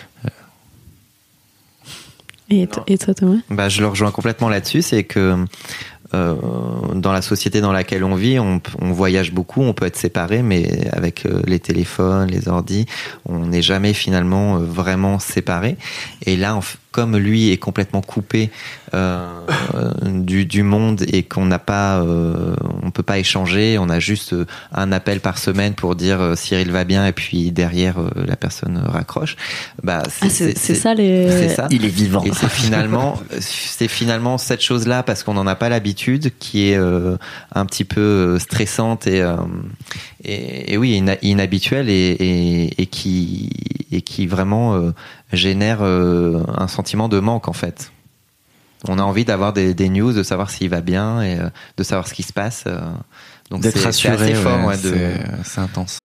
Et, t- et toi, Thomas ? Bah, je le rejoins complètement là-dessus. C'est que Euh, dans la société dans laquelle on vit, on, on voyage beaucoup, on peut être séparé, mais avec euh, les téléphones, les ordis, on n'est jamais finalement euh, vraiment séparé. Et là, on, comme lui est complètement coupé euh, du, du monde et qu'on n'a pas, euh, on peut pas échanger, on a juste un appel par semaine pour dire euh, Cyril va bien, et puis derrière euh, la personne raccroche. Bah, c'est, ah, c'est, c'est, c'est, c'est ça les. C'est ça. Il est vivant. Et c'est finalement, c'est finalement cette chose-là parce qu'on n'en a pas l'habitude, qui est euh, un petit peu stressante et euh, et, et oui ina- inhabituelle et, et, et qui et qui vraiment euh, génère euh, un sentiment de manque en fait. On a envie d'avoir des, des news, de savoir s'il va bien et euh, de savoir ce qui se passe. Euh, donc d'être c'est, rassuré, c'est assez fort, ouais, ouais, de... c'est, c'est intense.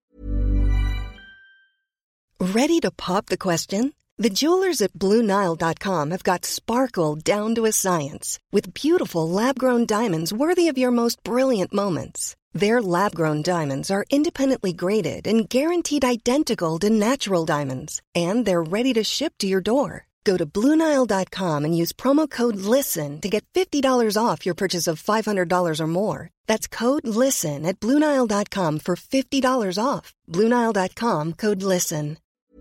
Ready to pop the question? The jewelers at Blue Nile dot com have got sparkle down to a science with beautiful lab-grown diamonds worthy of your most brilliant moments. Their lab-grown diamonds are independently graded and guaranteed identical to natural diamonds, and they're ready to ship to your door. Go to Blue Nile dot com and use promo code LISTEN to get fifty dollars off your purchase of five hundred dollars or more. That's code LISTEN at Blue Nile dot com for fifty dollars off. Blue Nile dot com, code LISTEN.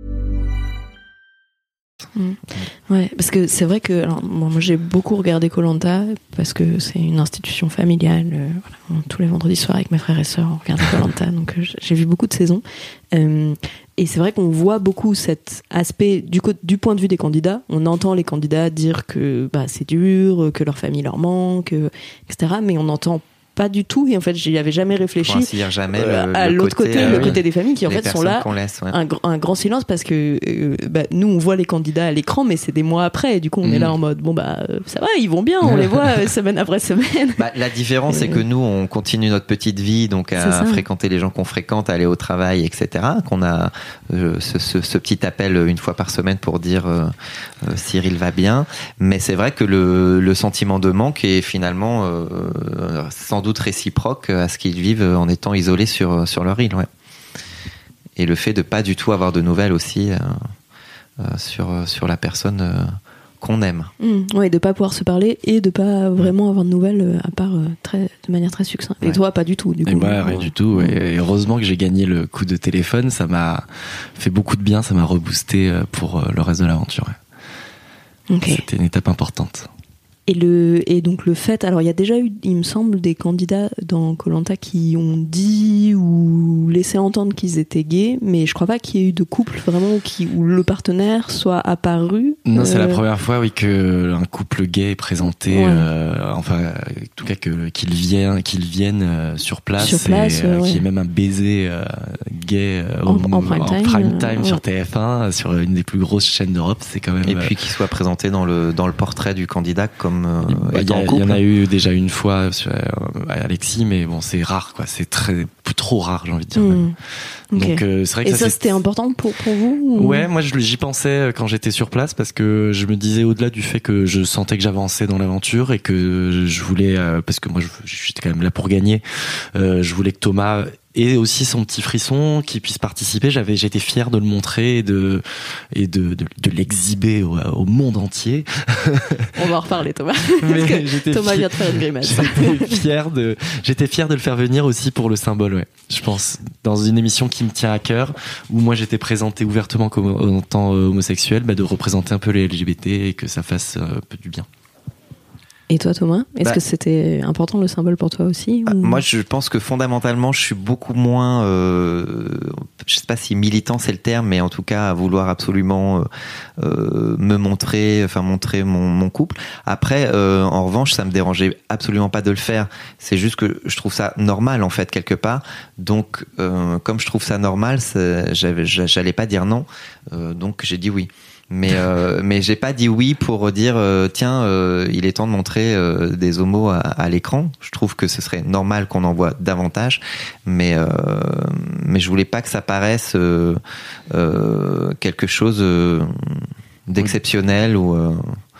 Mmh. Ouais, parce que c'est vrai que alors, bon, moi j'ai beaucoup regardé Koh-Lanta parce que c'est une institution familiale. Euh, voilà, tous les vendredis soirs avec mes frères et sœurs on regardait Koh-Lanta, donc euh, j'ai vu beaucoup de saisons. Euh, et c'est vrai qu'on voit beaucoup cet aspect du, du point de vue des candidats. On entend les candidats dire que bah, c'est dur, que leur famille leur manque, euh, et cetera. Mais on n'entend pas du tout, et en fait j'y avais jamais réfléchi. Pour ainsi dire jamais euh, le, à le l'autre côté, côté, le euh, côté des familles qui en fait sont là, laisse, ouais. un, un grand silence parce que euh, bah, nous on voit les candidats à l'écran, mais c'est des mois après, et du coup on mmh. est là en mode bon bah euh, ça va, ils vont bien, on les voit euh, semaine après semaine. Bah, la différence et... c'est que nous on continue notre petite vie, donc à fréquenter les gens qu'on fréquente, à aller au travail, et cetera. Qu'on a euh, ce, ce, ce petit appel une fois par semaine pour dire euh, euh, Cyril va bien, mais c'est vrai que le, le sentiment de manque est finalement euh, sans doute réciproque à ce qu'ils vivent en étant isolés sur, sur leur île, ouais. Et le fait de pas du tout avoir de nouvelles aussi euh, euh, sur, sur la personne euh, qu'on aime. Mmh, ouais, de pas pouvoir se parler et de pas vraiment avoir de nouvelles à part euh, très, de manière très succincte. Et ouais. Toi, pas du tout, du coup. Et moi, rien du tout. Et heureusement que j'ai gagné le coup de téléphone, ça m'a fait beaucoup de bien, ça m'a reboosté pour le reste de l'aventure. Ouais. Okay. C'était une étape importante. Et, le, et donc le fait, alors il y a déjà eu, il me semble, des candidats dans Koh-Lanta qui ont dit ou laissé entendre qu'ils étaient gays, mais je crois pas qu'il y ait eu de couple vraiment qui, où le partenaire soit apparu. Non, euh... c'est la première fois, oui, qu'un couple gay est présenté, ouais. euh, enfin, en tout cas que, qu'ils viennent, qu'ils viennent euh, sur place, sur place et euh, ouais. qu'il y ait même un baiser euh, gay euh, en, au, en prime time, en prime time euh, sur ouais. T F un, sur une des plus grosses chaînes d'Europe, c'est quand même. Et puis qu'il soit présenté dans le dans le portrait du candidat comme Euh, il y, y en a eu déjà une fois sur, euh, Alexis, mais bon, c'est rare, quoi. C'est très trop rare, j'ai envie de dire. Mmh. Donc okay. euh, c'est vrai que et ça, ça c'est... c'était important pour pour vous ou... Ouais, moi j'y pensais quand j'étais sur place parce que je me disais au-delà du fait que je sentais que j'avançais dans l'aventure et que je voulais euh, parce que moi je, j'étais quand même là pour gagner. Euh, je voulais que Thomas et aussi son petit frisson qui puisse participer. J'avais, j'étais fier de le montrer et de et de de, de l'exhiber au, au monde entier. On va en reparler, Thomas. Mais Parce que Thomas fier, vient de faire une grimace. J'étais fier de, j'étais fier de le faire venir aussi pour le symbole, ouais. Je pense dans une émission qui me tient à cœur, où moi j'étais présenté ouvertement comme en tant homosexuel, bah, de représenter un peu les L G B T et que ça fasse un peu du bien. Et toi, Thomas, est-ce bah, que c'était important le symbole pour toi aussi ou... Moi, je pense que fondamentalement, je suis beaucoup moins, euh, je sais pas si militant c'est le terme, mais en tout cas à vouloir absolument euh, me montrer, enfin montrer mon, mon couple. Après, euh, en revanche, ça me dérangeait absolument pas de le faire. C'est juste que je trouve ça normal en fait quelque part. Donc, euh, comme je trouve ça normal, j'avais, j'allais pas dire non. Euh, donc, j'ai dit oui. Mais euh, mais j'ai pas dit oui pour dire euh, tiens euh, il est temps de montrer euh, des homos à, à l'écran. Je trouve que ce serait normal qu'on en voit davantage, mais euh, mais je voulais pas que ça paraisse euh, euh, quelque chose euh, d'exceptionnel ou euh...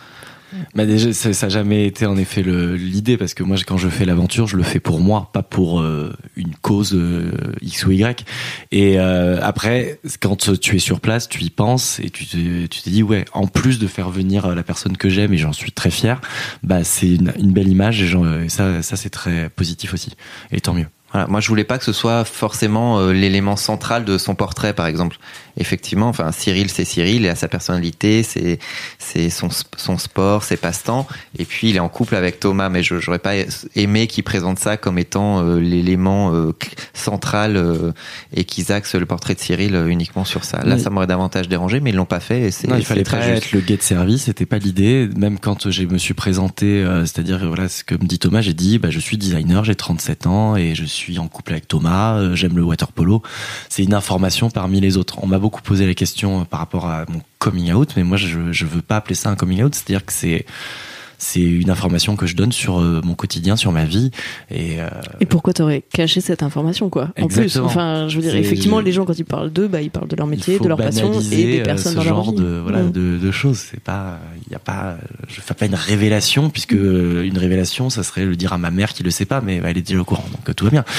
Bah déjà, ça n'a jamais été en effet le, l'idée, parce que moi, quand je fais l'aventure, je le fais pour moi, pas pour euh, une cause euh, X ou Y. Et euh, après, quand tu es sur place, tu y penses et tu te, tu te dis, ouais, en plus de faire venir la personne que j'aime, et j'en suis très fier, bah c'est une, une belle image, et, genre, et ça, ça c'est très positif aussi. Et tant mieux. Voilà, moi je voulais pas que ce soit forcément euh, l'élément central de son portrait, par exemple. Effectivement, enfin Cyril c'est Cyril, il a sa personnalité, c'est c'est son son sport, ses passe-temps, et puis il est en couple avec Thomas. Mais je j'aurais pas aimé qu'il présente ça comme étant euh, l'élément euh, central euh, et qu'ils axent le portrait de Cyril euh, uniquement sur ça. Là, oui. Ça m'aurait davantage dérangé, mais ils l'ont pas fait. Et c'est, non, il fallait c'est pas être le gay de service, c'était pas l'idée. Même quand je me suis présenté, euh, c'est-à-dire voilà, ce que me dit Thomas, j'ai dit, bah je suis designer, j'ai trente-sept ans et je suis en couple avec Thomas, euh, j'aime le water polo. C'est une information parmi les autres. On m'a beaucoup posé la question par rapport à mon coming out, mais moi je je veux pas appeler ça un coming out, c'est-à-dire que c'est c'est une information que je donne sur euh, mon quotidien, sur ma vie. Et, euh... et pourquoi t'aurais caché cette information, quoi? En Exactement. plus, enfin, je veux dire, c'est, effectivement, je... les gens quand ils parlent d'eux, bah ils parlent de leur métier, de leur passion et des personnes dans leur vie. Ce genre de voilà mmh. de, de choses. C'est pas, il y a pas, je fais pas une révélation puisque mmh. une révélation, ça serait le dire à ma mère qui le sait pas, mais bah, elle est déjà au courant, donc tout va bien.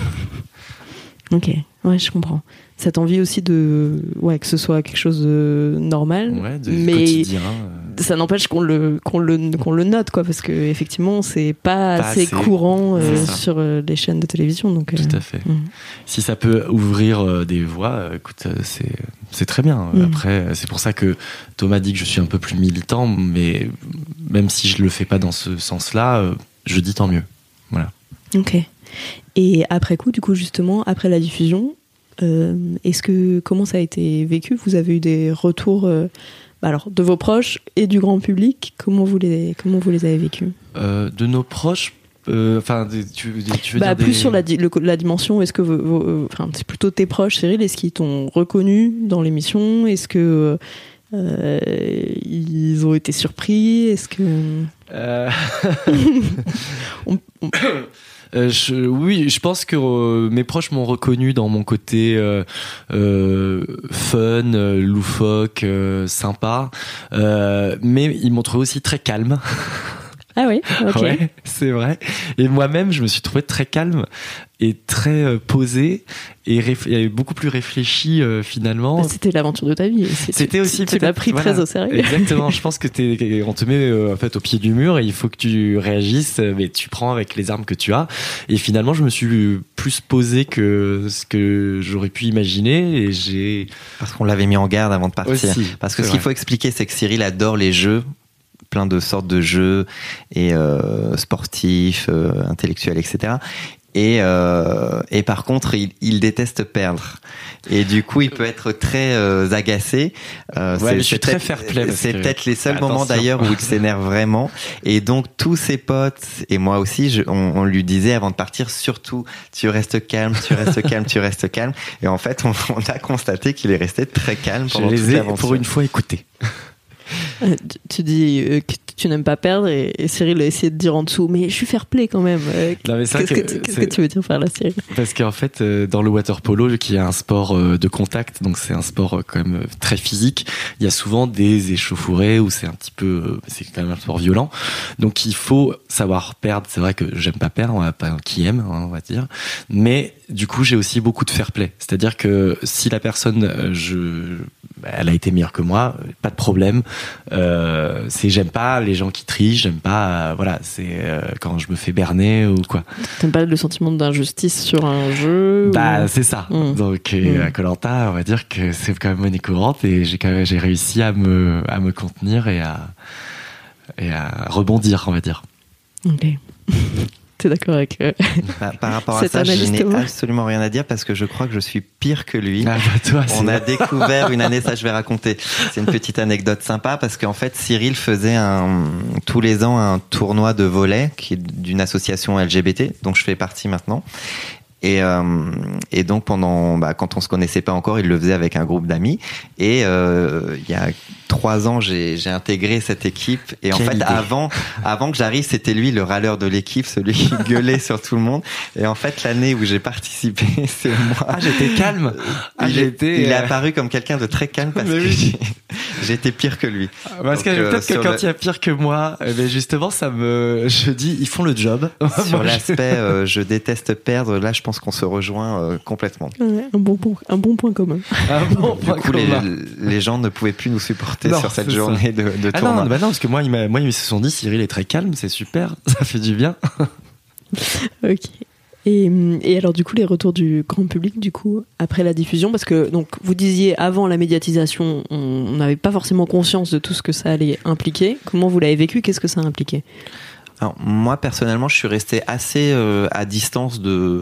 Ok, ouais, je comprends. Cette envie aussi de, ouais, que ce soit quelque chose de normal, ouais, de mais quotidien, euh... ça n'empêche qu'on le, qu'on le, qu'on le note, quoi, parce que effectivement, c'est pas, pas assez, assez courant euh, sur les chaînes de télévision, donc. Tout euh... à fait. Mm. Si ça peut ouvrir des voies, écoute, c'est, c'est très bien. Mm. Après, c'est pour ça que Thomas dit que je suis un peu plus militant, mais même si je le fais pas dans ce sens-là, je dis tant mieux. Voilà. Ok. Et après coup, du coup, justement, après la diffusion, euh, est-ce que comment ça a été vécu? Vous avez eu des retours, euh, bah alors, de vos proches et du grand public. Comment vous les comment vous les avez vécus? euh, De nos proches. Enfin, euh, tu, tu veux bah, dire plus des... sur la, le, la dimension. Est-ce que, enfin, c'est plutôt tes proches, Cyril. Est-ce qu'ils t'ont reconnu dans l'émission? Est-ce que euh, ils ont été surpris? Est-ce que euh... on, on... Euh, je, oui, je pense que euh, mes proches m'ont reconnu dans mon côté euh, euh, fun, euh, loufoque, euh, sympa, euh, mais ils m'ont trouvé aussi très calme. Ah oui, ok. Ouais, c'est vrai. Et moi-même, je me suis trouvé très calme et très euh, posé et, réf- et beaucoup plus réfléchi euh, finalement. C'était l'aventure de ta vie. C'est, C'était tu, aussi tu l'as pris voilà, très au sérieux. Exactement. Je pense que t'es, on te met euh, en fait au pied du mur et il faut que tu réagisses, mais tu prends avec les armes que tu as. Et finalement, je me suis plus posé que ce que j'aurais pu imaginer et j'ai. Parce qu'on l'avait mis en garde avant de partir. Aussi, Parce que ce qu'il faut expliquer, c'est que Cyril adore les jeux. Plein de sortes de jeux et euh, sportifs, euh, intellectuels, et cetera. Et, euh, et par contre, il, il déteste perdre. Et du coup, il peut être très euh, agacé. Euh, ouais, c'est, je suis très fair-play. C'est que... peut-être les seuls Attention. moments d'ailleurs où il s'énerve vraiment. Et donc, tous ses potes et moi aussi, je, on, on lui disait avant de partir, surtout, tu restes calme, tu restes calme, tu restes calme. Et en fait, on, on a constaté qu'il est resté très calme pendant je les toute ai, l'aventure. Pour une fois, écouté. Tu dis euh, que tu n'aimes pas perdre et, et Cyril a essayé de dire en dessous, mais je suis fair play quand même. Euh, non, mais c'est qu'est-ce, que, que, tu, qu'est-ce c'est... que tu veux dire par là, Cyril? Parce qu'en fait, euh, dans le water polo, qui est un sport euh, de contact, donc c'est un sport euh, quand même euh, très physique, il y a souvent des échauffourées où c'est un petit peu, euh, c'est quand même un sport violent. Donc il faut savoir perdre. C'est vrai que j'aime pas perdre, on va pas qui aime, hein, on va dire. Mais du coup, j'ai aussi beaucoup de fair play. C'est-à-dire que si la personne, euh, je, elle a été meilleure que moi, pas de problème. Euh, c'est j'aime pas les gens qui trichent, j'aime pas, euh, voilà, c'est euh, quand je me fais berner ou quoi. T'aimes pas le sentiment d'injustice sur un jeu? Bah ou... c'est ça. Mmh. Donc mmh. à Koh-Lanta, on va dire que c'est quand même monnaie courante et j'ai quand même j'ai réussi à me à me contenir et à et à rebondir, on va dire. Ok. T'es d'accord avec euh, bah, par rapport à ça, je n'ai absolument rien à dire parce que je crois que je suis pire que lui. Ah bah toi, on a découvert une année, ça je vais raconter. C'est une petite anecdote sympa parce qu'en fait Cyril faisait un, tous les ans un tournoi de volley qui est d'une association L G B T dont je fais partie maintenant. Et, euh, et donc pendant, bah, quand on se connaissait pas encore, il le faisait avec un groupe d'amis. Et euh, il y a trois ans, j'ai, j'ai intégré cette équipe. Et en Quelle fait, idée. avant, avant que j'arrive, c'était lui le râleur de l'équipe, celui qui gueulait sur tout le monde. Et en fait, l'année où j'ai participé, c'est moi. Ah, j'étais calme. Ah, il, j'étais, il est euh... apparu comme quelqu'un de très calme parce mais que oui. j'ai, j'étais pire que lui. Parce donc, que euh, peut-être que quand le... il y a pire que moi, eh bien justement, ça me, je dis, ils font le job. Sur l'aspect, euh, je déteste perdre. Là, je pense qu'on se rejoint euh, complètement. Ouais, un bon point, un bon point commun. Un bon point du coup, commun. Les, les gens ne pouvaient plus nous supporter non, sur cette journée ça. de, de ah tournoi. Non, bah non, parce que moi, ils, m'a, moi, ils se sont dit, Cyril est très calme, c'est super, ça fait du bien. Ok. Et, et alors du coup les retours du grand public du coup après la diffusion, parce que donc vous disiez avant la médiatisation on n'avait pas forcément conscience de tout ce que ça allait impliquer. Comment vous l'avez vécu? Qu'est-ce que ça a impliqué? Alors, moi personnellement je suis resté assez euh, à distance de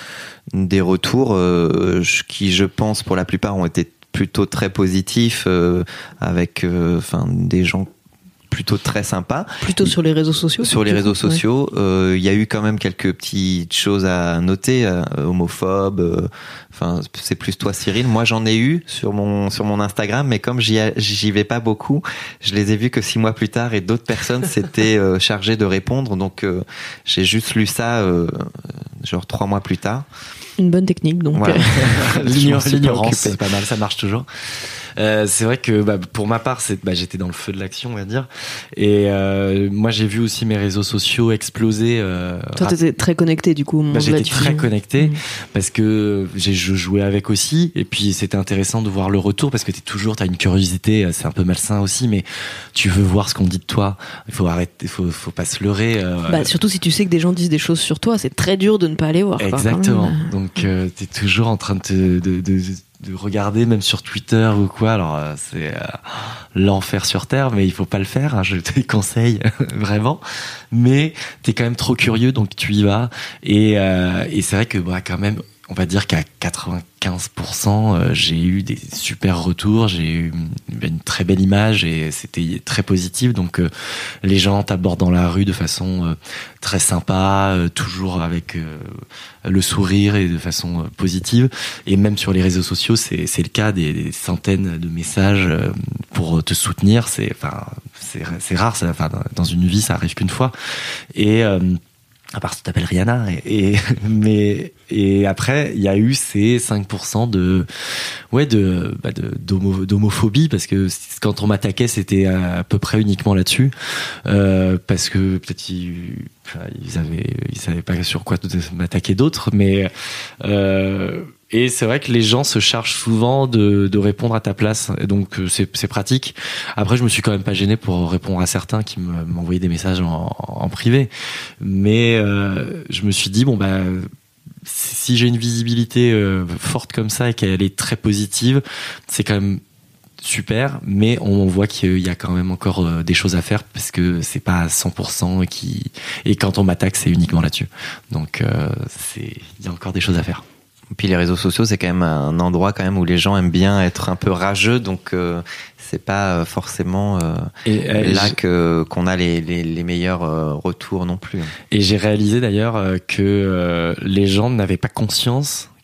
des retours euh, qui je pense pour la plupart ont été plutôt très positifs euh, avec enfin euh, des gens plutôt très sympa. Plutôt sur les réseaux sociaux. Sur les réseaux sociaux, il ouais. euh, y a eu quand même quelques petites choses à noter, euh, homophobes. Enfin, euh, c'est plus toi, Cyril. Moi, j'en ai eu sur mon sur mon Instagram, mais comme j'y a, j'y vais pas beaucoup, je les ai vus que six mois plus tard et d'autres personnes s'étaient euh, chargées de répondre. Donc, euh, j'ai juste lu ça, euh, genre trois mois plus tard. Une bonne technique, donc. Voilà. L'ignor- l'ignorance, c'est pas mal, ça marche toujours. Euh, c'est vrai que bah, pour ma part, c'est, bah, j'étais dans le feu de l'action, on va dire. Et euh, moi, j'ai vu aussi mes réseaux sociaux exploser. Euh, Toi, rap- t'étais très connecté du coup au moment bah, de la j'étais diffusion. très connecté mmh. parce que j'ai, je jouais avec aussi. Et puis, c'était intéressant de voir le retour parce que t'es toujours, t'as une curiosité. C'est un peu malsain aussi, mais tu veux voir ce qu'on dit de toi. Il faut arrêter, il faut, faut pas se leurrer. Euh, bah, surtout si tu sais que des gens disent des choses sur toi, c'est très dur de ne pas aller voir. Exactement. Quoi, Donc, euh, t'es toujours en train de, te, de, de, de regarder, même sur Twitter ou quoi. Alors, euh, c'est euh, l'enfer sur Terre, mais il faut pas le faire. Hein, je te conseille vraiment. Mais t'es quand même trop curieux, donc tu y vas. Et, euh, et c'est vrai que, bah, quand même, on va dire qu'à quatre-vingt-quinze pour cent, euh, j'ai eu des super retours, j'ai eu une, une très belle image et c'était très positif. Donc euh, les gens t'abordent dans la rue de façon euh, très sympa, euh, toujours avec euh, le sourire et de façon euh, positive. Et même sur les réseaux sociaux, c'est, c'est le cas, des, des centaines de messages euh, pour te soutenir. C'est, enfin, c'est, c'est rare, ça, enfin, dans une vie, ça arrive qu'une fois. Et euh, à part si tu t'appelles Rihanna, et, et, mais, et après, il y a eu ces cinq pour cent de, ouais, de, bah de, d'homo, d'homophobie, parce que quand on m'attaquait, c'était à peu près uniquement là-dessus, euh, parce que peut-être ils, ils avaient, ils savaient pas sur quoi m'attaquer d'autres, mais, euh, et c'est vrai que les gens se chargent souvent de, de répondre à ta place, et donc c'est, c'est pratique. Après, je me suis quand même pas gêné pour répondre à certains qui me, m'envoyaient des messages en, en privé, mais euh, je me suis dit bon bah si j'ai une visibilité euh, forte comme ça et qu'elle est très positive, c'est quand même super, mais on voit qu'il y a quand même encore euh, des choses à faire parce que c'est pas à cent pour cent qui, et quand on m'attaque, c'est uniquement là-dessus. Donc euh, c'est, il y a encore des choses à faire. Et puis les réseaux sociaux, c'est quand même un endroit quand même où les gens aiment bien être un peu rageux, donc euh, c'est pas forcément euh, et, euh, là que qu'on a les les, les meilleurs euh, retours non plus. Et j'ai réalisé d'ailleurs euh, que euh, les gens n'avaient pas conscience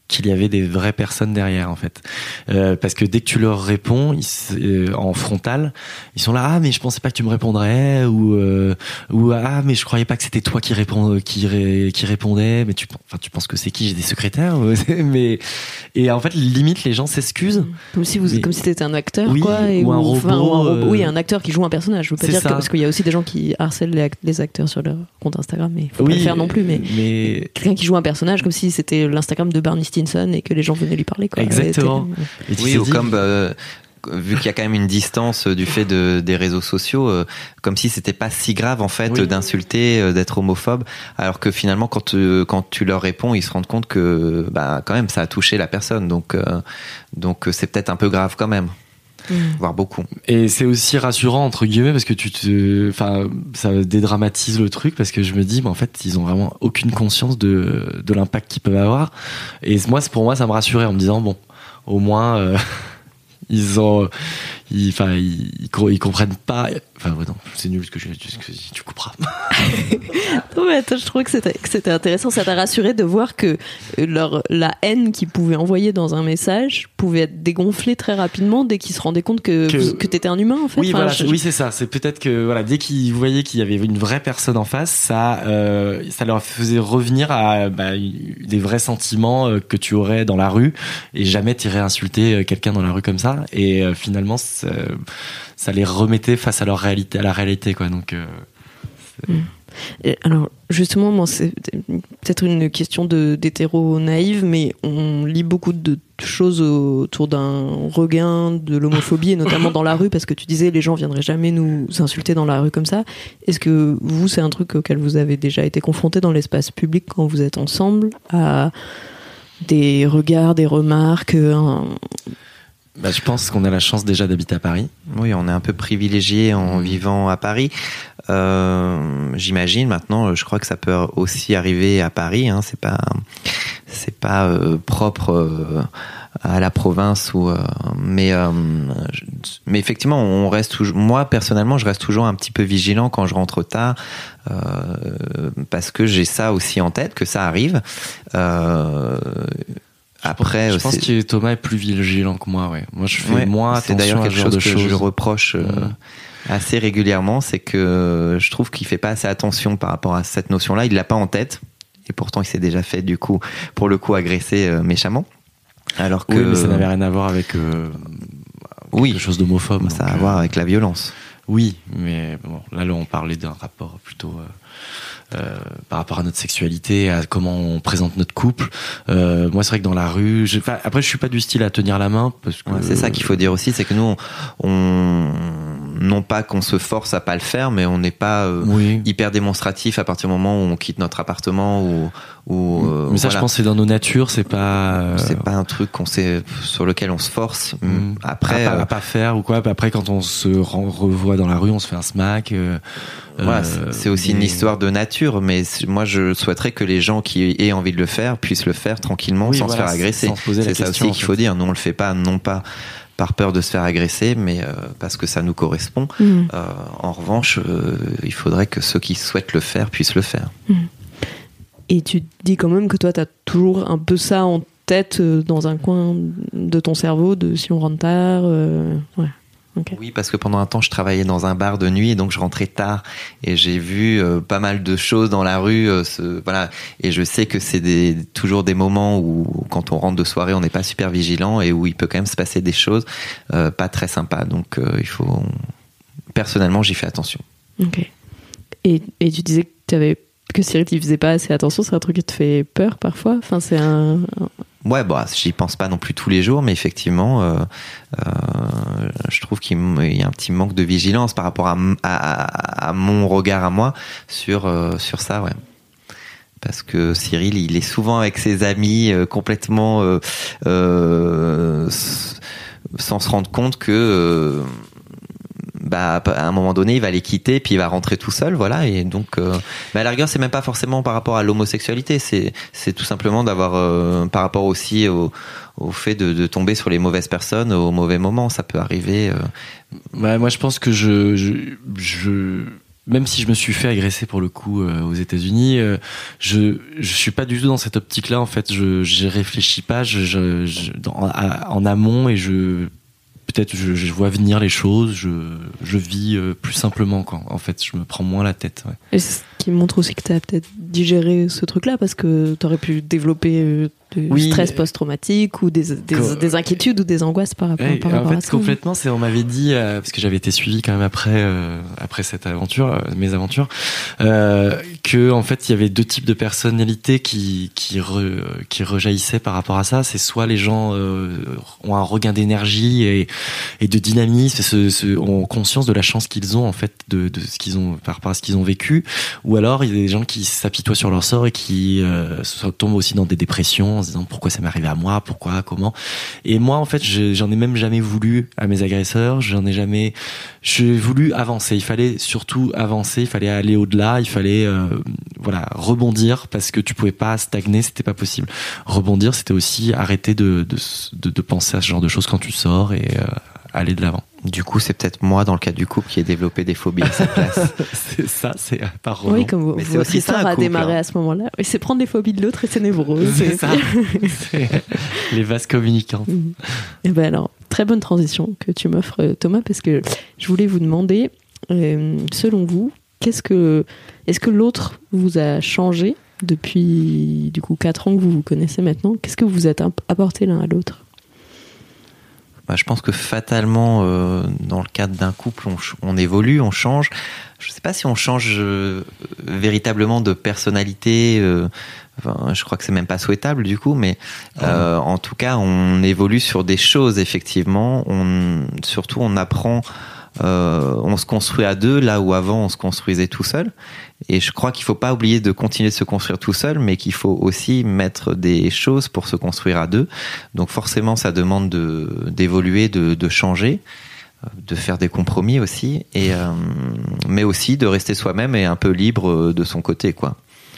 qu'il y avait des vraies personnes derrière en fait, euh, parce que dès que tu leur réponds ils, euh, en frontal, ils sont là ah mais je pensais pas que tu me répondrais ou euh, ou ah mais je croyais pas que c'était toi qui répond qui ré, qui répondait, mais tu enfin tu penses que c'est qui, j'ai des secrétaires mais et en fait limite les gens s'excusent comme si vous mais, comme si t'étais un acteur oui, quoi et ou, ou, un robot, enfin, ou un robot euh... oui un acteur qui joue un personnage, je veux pas dire que, parce qu'il y a aussi des gens qui harcèlent les, les acteurs sur leur compte Instagram, mais faut oui, pas le faire non plus, mais, mais... quelqu'un qui joue un personnage comme si c'était l'Instagram de Barney Stinson et que les gens venaient lui parler quoi. Exactement. Et oui, ou dit... comme euh, vu qu'il y a quand même une distance du fait de, des réseaux sociaux, euh, comme si c'était pas si grave en fait oui. d'insulter, euh, d'être homophobe, alors que finalement quand tu, quand tu leur réponds, ils se rendent compte que bah quand même ça a touché la personne, donc euh, donc c'est peut-être un peu grave quand même. Mmh. Voire beaucoup. Et c'est aussi rassurant entre guillemets parce que tu te, enfin, ça dédramatise le truc parce que je me dis, bah, en fait, ils ont vraiment aucune conscience de de l'impact qu'ils peuvent avoir. Et moi, pour moi, ça me rassurait en me disant bon, au moins. Euh... Ils ont, ils, enfin, ils, ils comprennent pas. Enfin, ouais, non, c'est nul ce que je dis, ce que tu couperas. Non, mais attends, je trouvais que c'était, que c'était intéressant. Ça t'a rassuré de voir que leur, la haine qu'ils pouvaient envoyer dans un message pouvait être dégonflée très rapidement dès qu'ils se rendaient compte que, que, que t'étais un humain, en fait. Oui, enfin, voilà, je... oui, c'est ça. C'est peut-être que, voilà, dès qu'ils voyaient qu'il y avait une vraie personne en face, ça, euh, ça leur faisait revenir à, bah, des vrais sentiments que tu aurais dans la rue et jamais t'irais insulter quelqu'un dans la rue comme ça. Et euh, finalement ça, ça les remettait face à leur réalité, à la réalité quoi, donc euh, et alors justement moi c'est peut-être une question de, d'hétéro naïve, mais on lit beaucoup de choses autour d'un regain de l'homophobie et notamment dans la rue, parce que tu disais les gens viendraient jamais nous insulter dans la rue comme ça. Est-ce que vous c'est un truc auquel vous avez déjà été confronté dans l'espace public quand vous êtes ensemble, à des regards, des remarques, un... Bah, je pense qu'on a la chance déjà d'habiter à Paris. Oui, on est un peu privilégié en vivant à Paris. Euh, j'imagine maintenant, je crois que ça peut aussi arriver à Paris. Hein, c'est pas, c'est pas euh, propre euh, à la province ou. Euh, mais, euh, je, mais effectivement, on reste toujours. Moi, personnellement, je reste toujours un petit peu vigilant quand je rentre tard. Euh, parce que j'ai ça aussi en tête, que ça arrive. Euh, Après, je pense c'est... que Thomas est plus vigilant que moi. Ouais. Moi, je fais ouais, moins attention. C'est d'ailleurs quelque à chose de que choses. je reproche euh, mmh. assez régulièrement, c'est que je trouve qu'il fait pas assez attention par rapport à cette notion-là. Il l'a pas en tête, et pourtant il s'est déjà fait du coup, pour le coup, agresser euh, méchamment. Alors que oui, mais ça n'avait rien à voir avec euh, quelque oui, chose d'homophobe. Ça a à voir avec la violence. Oui, mais bon, là, là, on parlait d'un rapport plutôt. Euh... Euh, par rapport à notre sexualité, à comment on présente notre couple. Euh, moi, c'est vrai que dans la rue, je, après, je suis pas du style à tenir la main parce que ouais, c'est ça qu'il faut dire aussi, c'est que nous, on, on non pas qu'on se force à pas le faire, mais on n'est pas euh, oui. hyper démonstratif à partir du moment où on quitte notre appartement ou. ou euh, mais ça, voilà. Je pense, que c'est dans nos natures, c'est pas. Euh... C'est pas un truc qu'on sait sur lequel on se force. Mmh. Après, à, à, à pas faire ou quoi. Après, quand on se revoit dans la rue, on se fait un smack. Euh, voilà, euh, c'est aussi mais... une histoire de nature, mais moi je souhaiterais que les gens qui aient envie de le faire puissent le faire tranquillement, oui, sans voilà, se faire agresser. Se c'est ça question, aussi qu'il faut dire. Nous on le fait pas, non pas par peur de se faire agresser, mais euh, parce que ça nous correspond. Mmh. Euh, en revanche, euh, il faudrait que ceux qui souhaitent le faire puissent le faire. Mmh. Et tu dis quand même que toi t'as toujours un peu ça en tête euh, dans un coin de ton cerveau, de si on rentre tard. Euh, ouais. Okay. Oui, parce que pendant un temps, je travaillais dans un bar de nuit, et donc je rentrais tard et j'ai vu euh, pas mal de choses dans la rue. Euh, ce, voilà, et je sais que c'est des, toujours des moments où, quand on rentre de soirée, on n'est pas super vigilant et où il peut quand même se passer des choses euh, pas très sympas. Donc, euh, il faut. On... Personnellement, j'y fais attention. Ok. Et, et tu disais que tu avais que Cyril il faisait pas assez attention. C'est un truc qui te fait peur parfois. Enfin, c'est un. un... Ouais, bah, j'y pense pas non plus tous les jours, mais effectivement, euh, euh, je trouve qu'il y a un petit manque de vigilance par rapport à, à, à mon regard à moi sur, euh, sur ça, ouais. Parce que Cyril, il est souvent avec ses amis euh, complètement euh, euh, sans se rendre compte que euh, bah à un moment donné il va les quitter puis il va rentrer tout seul, voilà. Et donc euh, mais à la rigueur c'est même pas forcément par rapport à l'homosexualité, c'est c'est tout simplement d'avoir euh, par rapport aussi au au fait de, de tomber sur les mauvaises personnes au mauvais moment, ça peut arriver. euh... Bah, moi je pense que je je, je... même si je me suis fait agresser pour le coup euh, aux États-Unis, euh, je je suis pas du tout dans cette optique-là. En fait, je je réfléchis pas, je, je, je dans, à, en amont et je peut-être je, je vois venir les choses, je je vis euh, plus simplement quoi. En fait, je me prends moins la tête. Ouais. Et c'est ce qui montre aussi que t'as peut-être digéré ce truc-là parce que t'aurais pu développer euh, du oui, stress post-traumatique ou des, des, co- des inquiétudes ou des angoisses par rapport, Ouais, par en rapport fait, à ça. complètement, c'est on m'avait dit euh, parce que j'avais été suivi quand même après euh, après cette aventure, euh, mes aventures, euh, que en fait il y avait deux types de personnalités qui qui re, qui rejaillissaient par rapport à ça. C'est soit les gens euh, ont un regain d'énergie et et de dynamisme, se, se, ont conscience de la chance qu'ils ont en fait de de ce qu'ils ont par rapport à ce qu'ils ont vécu, ou alors il y a des gens qui s'apitoient sur leur sort et qui euh, tombent aussi dans des dépressions en se disant pourquoi ça m'est arrivé à moi, pourquoi, comment. Et moi en fait je, j'en ai même jamais voulu à mes agresseurs, j'en ai jamais j'ai voulu avancer, il fallait surtout avancer, il fallait aller au-delà, il fallait euh, voilà rebondir parce que tu pouvais pas stagner, c'était pas possible. Rebondir, c'était aussi arrêter de de de, de penser à ce genre de choses quand tu sors et euh, aller de l'avant. Du coup, c'est peut-être moi, dans le cas du couple, qui ai développé des phobies à sa place. C'est ça, c'est par Roland. Oui, comme vous, Mais c'est votre aussi ça, histoire un a couple, démarré hein. à ce moment-là. Oui, c'est prendre des phobies de l'autre et c'est névrose. C'est ça. C'est les vases communicants. Mhm. Et ben alors, très bonne transition que tu m'offres, Thomas, parce que je voulais vous demander, euh, selon vous, qu'est-ce que, est-ce que l'autre vous a changé depuis du coup quatre ans que vous vous connaissez maintenant? Qu'est-ce que vous vous êtes apporté l'un à l'autre? Bah, je pense que fatalement, euh, dans le cadre d'un couple, on, on évolue, on change. Je ne sais pas si on change euh, véritablement de personnalité. Euh, enfin, je crois que c'est même pas souhaitable du coup, mais euh, en tout cas, on évolue sur des choses effectivement. On, surtout, on apprend. Euh, on se construit à deux, là où avant on se construisait tout seul. Et je crois qu'il faut pas oublier de continuer de se construire tout seul, mais qu'il faut aussi mettre des choses pour se construire à deux. Donc forcément, ça demande de, d'évoluer, de, de changer, de faire des compromis aussi, et euh, mais aussi de rester soi-même et un peu libre de son côté, quoi.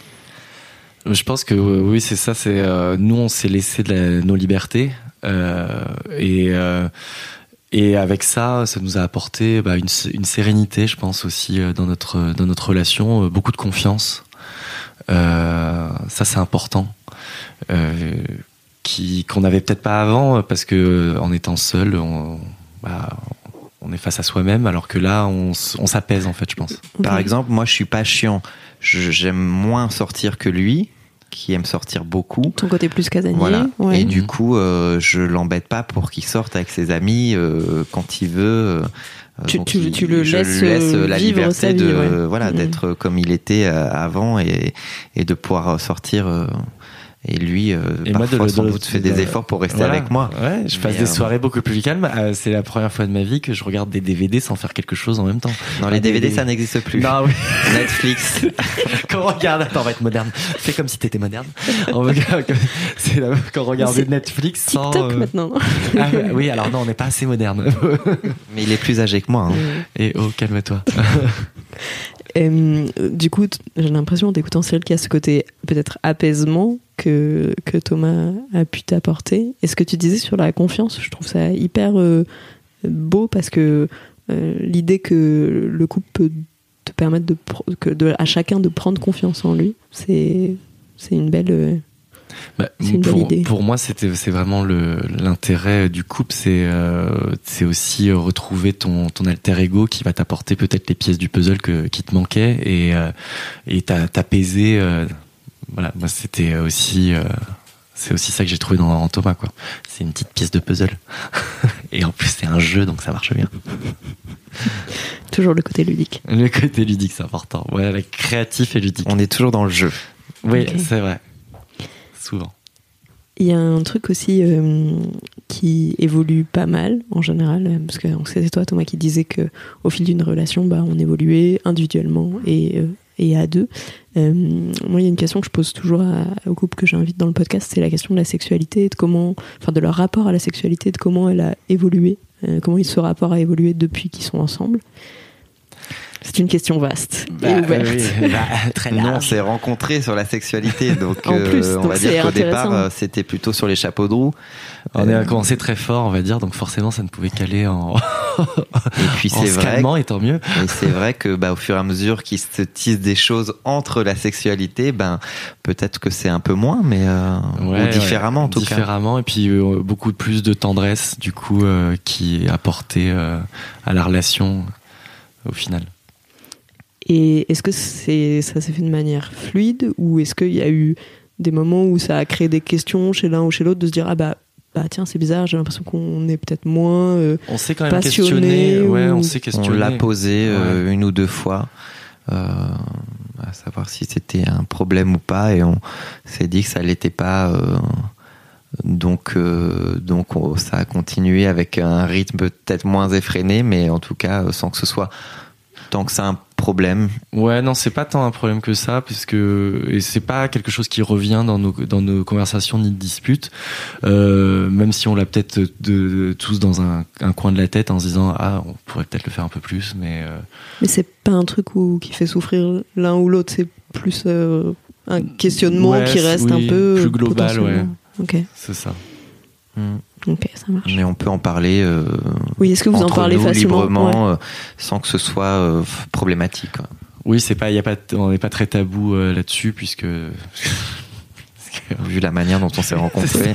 Je pense que oui, c'est ça. C'est euh, nous, on s'est laissé de la, nos libertés euh, et euh, Et avec ça, ça nous a apporté bah, une, une sérénité, je pense aussi dans notre dans notre relation, beaucoup de confiance. Euh, ça, c'est important, euh, qui qu'on n'avait peut-être pas avant parce que en étant seul, on, bah, on est face à soi-même, alors que là, on, on s'apaise en fait, je pense. Par exemple, moi, je suis pas chiant. Je, j'aime moins sortir que lui, qui aime sortir beaucoup. Ton côté plus casanier. Voilà. Ouais. Et du coup, euh, je l'embête pas pour qu'il sorte avec ses amis euh, quand il veut. Euh, tu, tu, il, tu le je laisses lui laisse la vivre liberté sa vie, de ouais. voilà mmh. d'être comme il était avant et et de pouvoir sortir. Euh, Et lui, euh, et parfois, moi, de, sans de, doute, fait de, des efforts pour rester voilà. avec moi. Ouais, je passe Mais, des euh... soirées beaucoup plus calmes. Euh, c'est la première fois de ma vie que je regarde des D V D sans faire quelque chose en même temps. Non, les D V D, ça n'existe plus. Non, oui. Netflix. Quand on regarde, attends, on va être moderne. Fais comme si t'étais moderne. On regarde, c'est là, quand on regardait Netflix sans. TikTok euh... maintenant. Ah, oui, alors non, on n'est pas assez moderne. Mais il est plus âgé que moi. Hein. Et oh, calme-toi. Et, du coup, j'ai l'impression, en t'écoutant Cyril, qu'il y a ce côté peut-être apaisement que, que Thomas a pu t'apporter. Et ce que tu disais sur la confiance, je trouve ça hyper euh, beau parce que euh, l'idée que le couple peut te permettre de, que de, à chacun de prendre confiance en lui, c'est, c'est une belle... Euh, Bah, c'est une pour, bonne idée. Pour moi, c'était, c'est vraiment le, l'intérêt du couple, c'est, euh, c'est aussi retrouver ton, ton alter ego qui va t'apporter peut-être les pièces du puzzle que, qui te manquaient et, euh, et t'apaiser. Euh, voilà, moi, c'était aussi, euh, c'est aussi ça que j'ai trouvé dans, dans Thomas, quoi. C'est une petite pièce de puzzle. Et en plus, c'est un jeu, donc ça marche bien. Toujours le côté ludique. Le côté ludique, c'est important. Ouais, avec créatif et ludique. On est toujours dans le jeu. Oui, okay. C'est vrai. Souvent. Il y a un truc aussi euh, qui évolue pas mal en général, parce que c'était toi, Thomas, qui disait que au fil d'une relation, bah, on évoluait individuellement et, euh, et à deux. Euh, moi, il y a une question que je pose toujours à, aux couples que j'invite dans le podcast, c'est la question de la sexualité, de comment, enfin de leur rapport à la sexualité, de comment elle a évolué, euh, comment ce rapport a évolué depuis qu'ils sont ensemble. C'est une question vaste Bah, et ouverte. oui, bah, très large. Non, on s'est rencontrés sur la sexualité, donc En plus, euh, on donc va c'est dire qu'au intéressant. départ, euh, c'était plutôt sur les chapeaux de roue. On Euh, a commencé très fort, on va dire, donc forcément ça ne pouvait qu'aller en, Et puis en c'est se vrai, calmant, et tant mieux. et c'est vrai que bah, au fur et à mesure qu'il se tisse des choses entre la sexualité, ben peut-être que c'est un peu moins, mais euh, Ouais, ou différemment ouais, en tout cas. différemment, et puis euh, beaucoup plus de tendresse du coup euh, qui est apportée euh, à la relation au final. Et est-ce que c'est, ça s'est fait de manière fluide ou est-ce qu'il y a eu des moments où ça a créé des questions chez l'un ou chez l'autre de se dire ah bah, bah tiens c'est bizarre, j'ai l'impression qu'on est peut-être moins euh, On s'est quand même passionné questionné, ouais, ou- on s'est questionné. On l'a posé euh, Ouais. une ou deux fois, euh, à savoir si c'était un problème ou pas, et on s'est dit que ça l'était pas. Euh, donc, euh, donc on- ça a continué avec un rythme peut-être moins effréné, mais en tout cas euh, sans que ce soit tant que c'est un problème. Ouais, non, c'est pas tant un problème que ça, puisque et c'est pas quelque chose qui revient dans nos dans nos conversations ni de disputes, euh, même si on l'a peut-être de, de- tous dans un, un coin de la tête en se disant ah on pourrait peut-être le faire un peu plus, mais euh, mais c'est pas un truc où, qui fait souffrir l'un ou l'autre, c'est plus euh, un questionnement Ouais, qui reste oui, un peu plus global, potentiellement. ouais. Ok, c'est ça. ok, ça marche. Mais on peut en parler. Euh, Oui, est-ce que vous en entre parlez nous, facilement? librement, Ouais. euh, sans que ce soit euh, problématique. quoi. Oui, c'est pas, y a pas, on n'est pas très tabou euh, là-dessus puisque. parce que- Vu la manière dont on s'est rencontrés.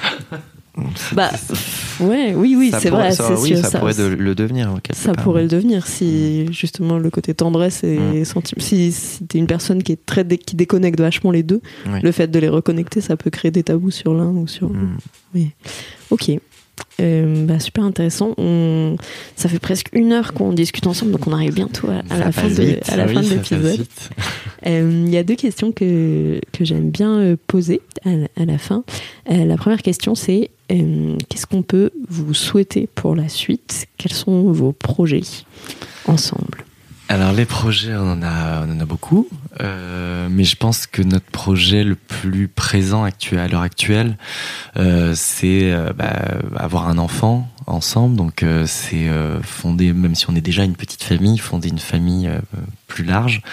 Bah, pff, ouais, oui, oui, ça c'est pourrait- vrai, ça, c'est oui, sûr. ça, ça- pourrait de- le devenir. quelque Ça part. pourrait le devenir si justement le côté tendresse et Mm. senti- si, si t'es une personne qui est très dé- qui déconnecte vachement les deux, Oui. le fait de les reconnecter, ça peut créer des tabous sur l'un ou sur. Mm. Oui. Ok. Euh, bah, super intéressant. On... Ça fait presque une heure qu'on discute ensemble, donc on arrive bientôt à, à Ça la fin passe de, vite. à la Ah fin oui, de ça passe l'épisode. vite. Euh, Il y a deux questions que, que j'aime bien euh, poser à, la- à la fin. Euh, la première question, c'est euh, qu'est-ce qu'on peut vous souhaiter pour la suite? Quels sont vos projets ensemble? Alors les projets, on en a, on en a beaucoup, euh, mais je pense que notre projet le plus présent actuel, à l'heure actuelle, euh, c'est euh, bah, avoir un enfant ensemble. Donc euh, c'est euh, fonder, même si on est déjà une petite famille, fonder une famille euh, plus large.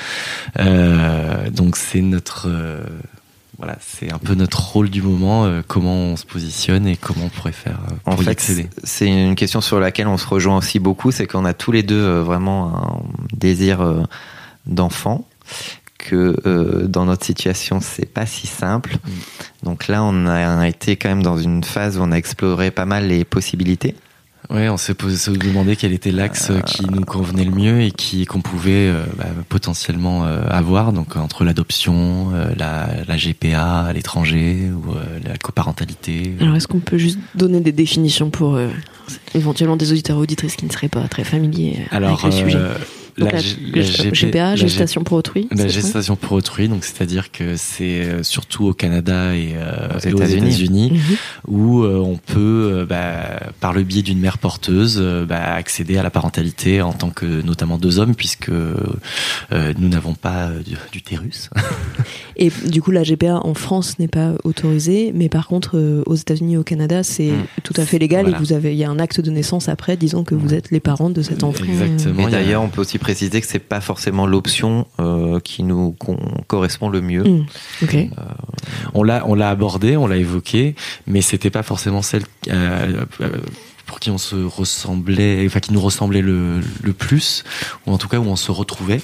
Euh, donc c'est notre euh, voilà, c'est un peu notre rôle du moment, euh, comment on se positionne et comment on pourrait faire euh, pour En y fait, accéder. c'est une question sur laquelle on se rejoint aussi beaucoup, c'est qu'on a tous les deux euh, vraiment un désir euh, d'enfant, que euh, dans notre situation, c'est pas si simple. Mm. Donc là, on a été quand même dans une phase où on a exploré pas mal les possibilités. Ouais, on s'est posé, se demandé quel était l'axe euh, qui nous convenait le mieux et qui qu'on pouvait euh, bah, potentiellement euh, avoir. Donc entre l'adoption, euh, la, la G P A à l'étranger ou euh, la coparentalité. Alors, est-ce qu'on peut juste donner des définitions pour euh, éventuellement des auditeurs et auditrices qui ne seraient pas très familiers euh, Alors avec le sujet? euh, Donc, la, la, G- la la G P- G P A, la G- gestation pour autrui. La c'est ça gestation pour autrui, donc c'est-à-dire que c'est euh, surtout au Canada et, euh, Aux et aux États-Unis. États-Unis Mhm. où euh, on peut, euh, bah, par le biais d'une mère porteuse, euh, bah, accéder à la parentalité en tant que notamment deux hommes, puisque euh, nous n'avons pas euh, d'utérus. Et du coup, la G P A en France n'est pas autorisée, mais par contre, euh, aux États-Unis et au Canada, c'est Mm. tout à fait légal Voilà. et vous avez, il y a un acte de naissance après disant que vous êtes les parents de cet enfant. Exactement. Et il y a- d'ailleurs, on peut aussi préciser que c'est pas forcément l'option euh, qui nous con- correspond le mieux. Mm. Ok. On l'a, on l'a abordé, on l'a évoqué, mais c'était pas forcément celle euh, euh, pour qui on se ressemblait, enfin qui nous ressemblait le, le plus, ou en tout cas où on se retrouvait.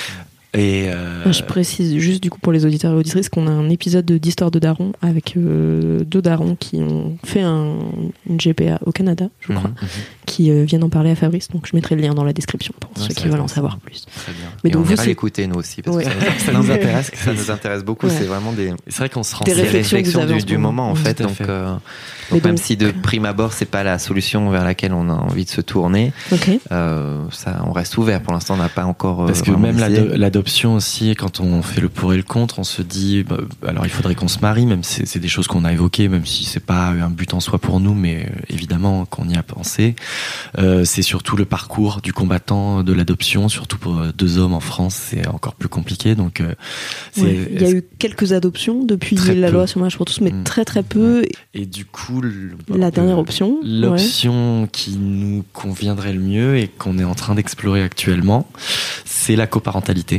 Et euh, Moi, je précise juste du coup pour les auditeurs et auditrices qu'on a un épisode de- d'Histoire de Daron avec euh, deux darons qui ont fait un, une G P A au Canada, je crois, mhm, mhm. qui euh, viennent en parler à Fabrice. Donc je mettrai le lien dans la description pour Ouais, ceux c'est qui veulent en intéressant. savoir plus. Très bien. Mais Et donc on vous, va c'est l'écouter nous aussi parce Ouais. que ça, Ça nous nous intéresse. Ça nous intéresse beaucoup. Ouais. C'est vraiment des, C'est vrai qu'on se rend Des des réflexions que vous réflexions avez en du, ce du moment. moment en Tout fait. à Donc, fait. euh, Mais donc même donc- si de prime abord c'est pas la solution vers laquelle on a envie de se tourner, ok. euh, ça, on reste ouvert. Pour l'instant, on n'a pas encore. euh, Parce que vraiment même décidé. l'ado- l'adoption aussi, quand on fait le pour et le contre, on se dit, bah, alors il faudrait qu'on se marie, même si c'est, c'est des choses qu'on a évoquées, même si c'est pas un but en soi pour nous, mais euh, évidemment qu'on y a pensé. Euh, c'est surtout le parcours du combattant de l'adoption, surtout pour euh, deux hommes en France, c'est encore plus compliqué. Donc, euh, c'est, ouais, il y a eu quelques adoptions depuis la peu. loi sur le mariage pour tous, mais mmh. très très peu. Et du coup, le, la dernière option, l'option ouais. qui nous conviendrait le mieux et qu'on est en train d'explorer actuellement, c'est la coparentalité.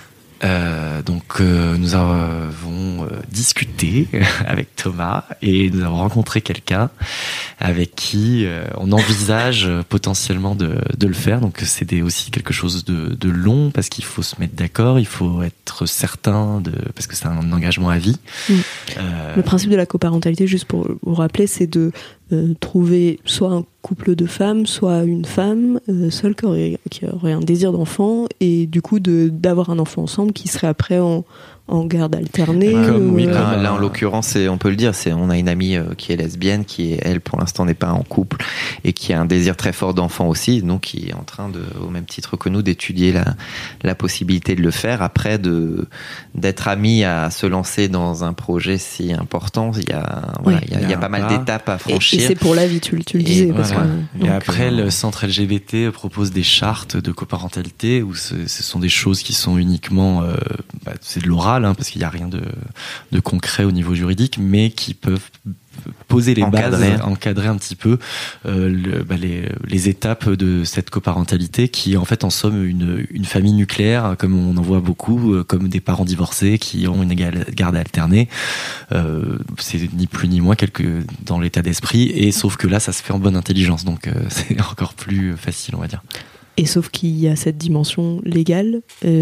Euh, donc euh, nous avons euh, discuté avec Thomas et nous avons rencontré quelqu'un avec qui euh, on envisage potentiellement de, de le faire. Donc c'est des, aussi quelque chose de, de long parce qu'il faut se mettre d'accord, il faut être certain de, parce que c'est un engagement à vie. Mmh. Euh, le principe de la coparentalité, juste pour vous rappeler, c'est de Euh, trouver soit un couple de femmes, soit une femme euh, seule qui aurait, qui aurait un désir d'enfant et du coup de, d'avoir un enfant ensemble qui serait après en, en garde alternée. Comme, euh, oui, là, là en l'occurrence, c'est, on peut le dire, c'est, on a une amie euh, qui est lesbienne, qui est, elle pour l'instant n'est pas en couple et qui a un désir très fort d'enfant aussi, donc qui est en train de, au même titre que nous, d'étudier la, la possibilité de le faire. Après, de, d'être amis à se lancer dans un projet si important, il y a, voilà, oui. il y a, il y a pas mal d'étapes à franchir. Et, et c'est pour la vie, tu, tu le disais. Et, parce voilà. que, et donc, après, euh, le centre L G B T propose des chartes de coparentalité où ce, ce sont des choses qui sont uniquement, euh, bah, c'est de l'oral, hein, parce qu'il n'y a rien de, de concret au niveau juridique, mais qui peuvent poser les encadrer. bases, encadrer un petit peu euh, le, bah, les, les étapes de cette coparentalité qui est en fait en somme une, une famille nucléaire comme on en voit beaucoup, euh, comme des parents divorcés qui ont une égale, garde alternée. Euh, c'est ni plus ni moins quelque dans l'état d'esprit et sauf que là ça se fait en bonne intelligence donc euh, c'est encore plus facile on va dire. Et sauf qu'il y a cette dimension légale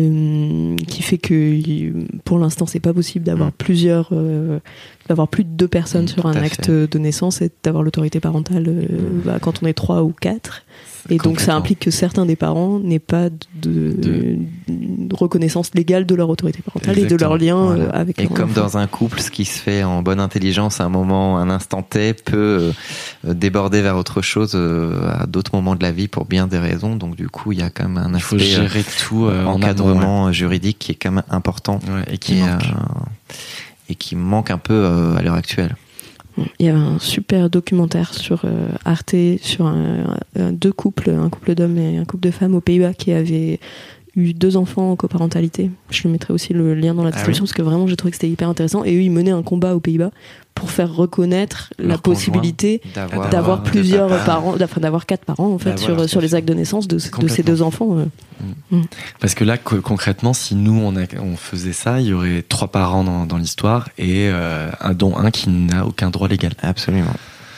euh, qui fait que pour l'instant c'est pas possible d'avoir mmh. plusieurs, euh, d'avoir plus de deux personnes mmh, sur un acte fait. de naissance et d'avoir l'autorité parentale euh, mmh. bah, quand on est trois ou quatre. Et donc ça implique que certains des parents n'aient pas de, de, de reconnaissance légale de leur autorité parentale. Exactement. Et de leur lien voilà. avec et leur comme enfant. Dans un couple, ce qui se fait en bonne intelligence à un moment, un instant T, peut euh, déborder vers autre chose euh, à d'autres moments de la vie pour bien des raisons. Donc du coup, il y a quand même un aspect il faut gérer euh, tout euh, encadrement en ouais. juridique qui est quand même important ouais, et qui et, manque. Euh, et qui manque un peu euh, à l'heure actuelle. Il y avait un super documentaire sur euh, Arte sur un, un, deux couples, un couple d'hommes et un couple de femmes aux Pays-Bas qui avaient eu deux enfants en coparentalité. Je mettrai aussi le lien dans la description ah oui. parce que vraiment j'ai trouvé que c'était hyper intéressant et eux ils menaient un combat aux Pays-Bas pour faire reconnaître Leur la possibilité d'avoir, d'avoir plusieurs parents, enfin d'avoir quatre parents en fait sur, sur les actes de naissance de, de ces deux enfants. Euh. Mmh. Mmh. Parce que là que, concrètement si nous on, a, on faisait ça il y aurait trois parents dans, dans l'histoire et euh, un, dont un qui n'a aucun droit légal. Absolument.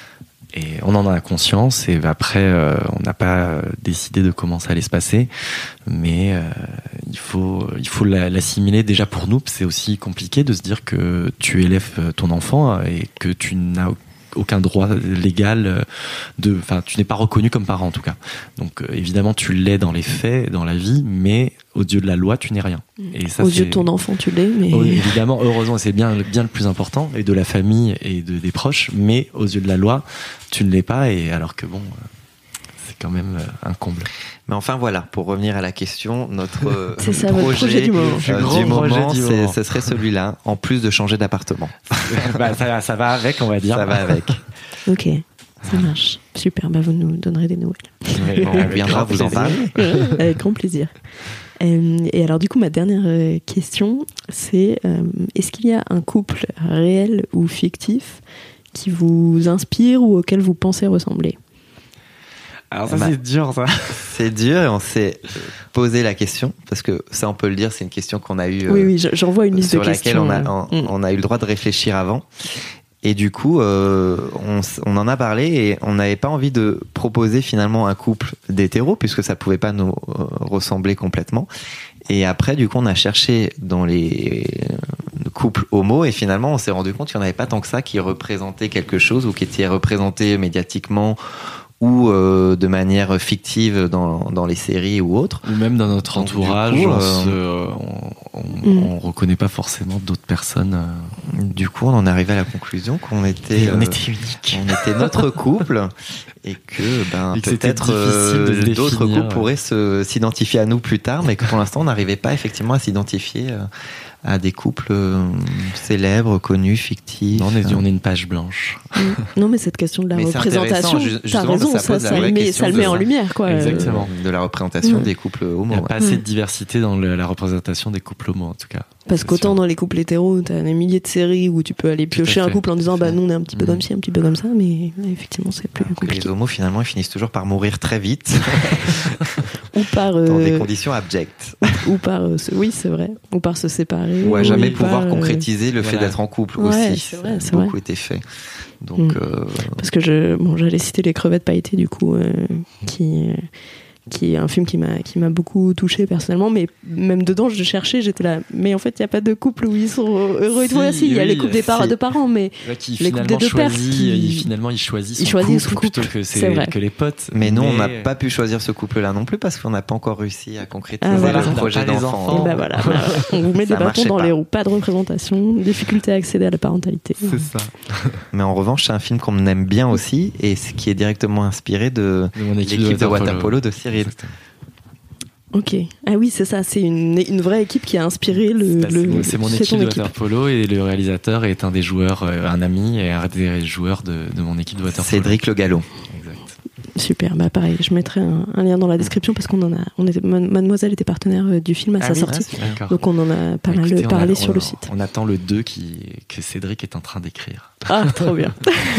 Et on en a conscience et après euh, on n'a pas décidé de comment ça allait se passer mais euh, il faut, il faut l'assimiler déjà pour nous. C'est aussi compliqué de se dire que tu élèves ton enfant et que tu n'as aucun droit légal de, enfin tu n'es pas reconnu comme parent en tout cas. Donc euh, évidemment tu l'es dans les faits, dans la vie, mais aux yeux de la loi tu n'es rien. Et ça, aux c'est... yeux de ton enfant tu l'es, mais oh, évidemment heureusement c'est bien, bien le plus important et de la famille et de, des proches, mais aux yeux de la loi tu ne l'es pas et alors que bon c'est quand même un comble. Mais enfin voilà, pour revenir à la question, notre c'est ça, projet, projet du moment, euh, du projet moment du c'est, moment. ce serait celui-là, en plus de changer d'appartement. bah, ça, ça va avec, on va dire. Ça va avec. Ok, ça marche. Super, bah vous nous donnerez des nouvelles. Mais on viendra vous en parler. Avec grand plaisir. Euh, et alors du coup, ma dernière question, c'est euh, est-ce qu'il y a un couple réel ou fictif qui vous inspire ou auquel vous pensez ressembler ? Alors ça bah, c'est dur ça. C'est dur et on s'est posé la question parce que ça on peut le dire, c'est une question qu'on a eue. Oui euh, oui, j'en vois une liste de questions sur laquelle on a, on, mm. on a eu le droit de réfléchir avant. Et du coup, euh, on, on en a parlé et on n'avait pas envie de proposer finalement un couple d'hétéros puisque ça pouvait pas nous euh, ressembler complètement. Et après, du coup, on a cherché dans les couples homo et finalement, on s'est rendu compte qu'il n'y en avait pas tant que ça qui représentaient quelque chose ou qui étaient représentés médiatiquement ou euh, de manière fictive dans, dans les séries ou autres. Ou même dans notre Donc, entourage, coup, on, euh, se, on, on, Mm. on reconnaît pas forcément d'autres personnes. euh, Du coup, on en est arrivé à la conclusion qu'on était, Et on euh, était unique. on était notre couple et que ben Et que c'était peut-être difficile de se euh, d'autres définir, couples ouais. pourraient se, s'identifier à nous plus tard, mais que pour l'instant, on n'arrivait pas effectivement à s'identifier euh, à des couples euh, célèbres, connus, fictifs. Non, on est, on est une page blanche. Mm. Non, mais cette question de la Mais c'est représentation, intéressant, ju- t'as justement, raison, ça ça, pose la ça, vraie le met, question ça le de met en ça. lumière, quoi. Exactement. de la représentation Mm. des couples Il homo. n'y a ouais. pas assez Mm. de diversité dans le- la représentation des couples homo, en tout cas. Parce C'est qu'autant sûr. dans les couples hétéros, t'as des milliers de séries où tu peux aller Tout à piocher un fait. couple en disant bah nous on est un petit peu Mm. comme ci, un petit peu comme ça, mais là, effectivement c'est plus Alors que compliqué. les homos, finalement, ils finissent toujours par mourir très vite, Ou par dans euh, des conditions abjectes. ou par euh, se- oui c'est vrai, ou par se séparer, Ou à jamais par, pouvoir euh, concrétiser le fait voilà. d'être en couple Ouais, aussi. c'est vrai, c'est beaucoup vrai. été fait. Donc, Mm. euh, Parce que je bon j'allais citer Les Crevettes Pailletées du coup euh, qui euh, qui est un film qui m'a qui m'a beaucoup touchée personnellement, mais même dedans je cherchais, j'étais là mais en fait il y a pas de couple où ils sont heureux et tout. Si, Ah, si, il y a oui, les couples des par- si. de parents, mais Là, qui Les couples finalement des deux pères choisit, qui- il, finalement, il choisit son Il choisit couple son plutôt couple, que, c'est ses, vrai. que les potes. mais nous, on n'a pas pu choisir ce couple-là non plus parce qu'on n'a pas encore réussi à concrétiser Ah, voilà. le On n'a projet pas les d'enfant. enfants. et bah voilà, bah, on vous met des Ça bâtons marchait dans pas. les roues, pas de représentation, difficulté à accéder à la parentalité. C'est ça. Mais en revanche, c'est un film qu'on aime bien aussi et ce qui est directement inspiré de De mon équipe, l'équipe de water water polo. polo de Cyril. Exactement. Ok. Ah oui, c'est ça. C'est une, une vraie équipe qui a inspiré le. Bah, le- c'est, c'est mon c'est équipe ton de water polo et le réalisateur est un des joueurs, euh, un ami et un des joueurs de, de mon équipe de water polo. Cédric Le Gallo. Exact. Super. Bah pareil, je mettrai un, un lien dans la description parce qu'on en a. On était, Mademoiselle était partenaire euh, du film à Ah sa oui, sortie. ah, d'accord. Donc on en a pas mal Écoutez, on parlé a- sur on- le site. On attend le deux qui, que Cédric est en train d'écrire. Ah, trop bien.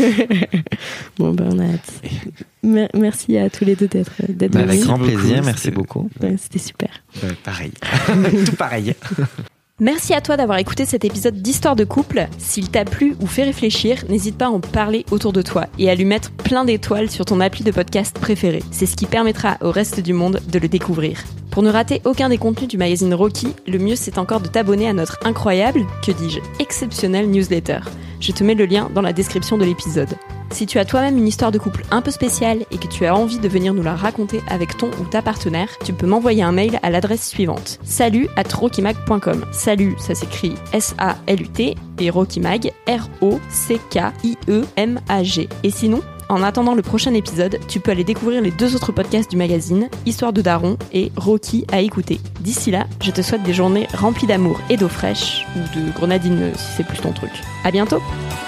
Bon, bah on a hâte. Mer- merci à tous les deux d'être, d'être Bah, venus. Avec grand beaucoup, plaisir, merci c'était- beaucoup. Ouais, c'était super. Bah, pareil. Tout pareil. Merci à toi d'avoir écouté cet épisode d'Histoire de couple. S'il t'a plu ou fait réfléchir, n'hésite pas à en parler autour de toi et à lui mettre plein d'étoiles sur ton appli de podcast préféré. C'est ce qui permettra au reste du monde de le découvrir. Pour ne rater aucun des contenus du magazine Rocky, le mieux c'est encore de t'abonner à notre incroyable, que dis-je, exceptionnelle newsletter. Je te mets le lien dans la description de l'épisode. Si tu as toi-même une histoire de couple un peu spéciale et que tu as envie de venir nous la raconter avec ton ou ta partenaire, tu peux m'envoyer un mail à l'adresse suivante: salut at rockymag point com. Salut, ça s'écrit S A L U T, et Rockymag, R O C K I E M A G. Et sinon, en attendant le prochain épisode, tu peux aller découvrir les deux autres podcasts du magazine, Histoire de Daron et Rocky à écouter. D'ici là, je te souhaite des journées remplies d'amour et d'eau fraîche, ou de grenadine si c'est plus ton truc. À bientôt!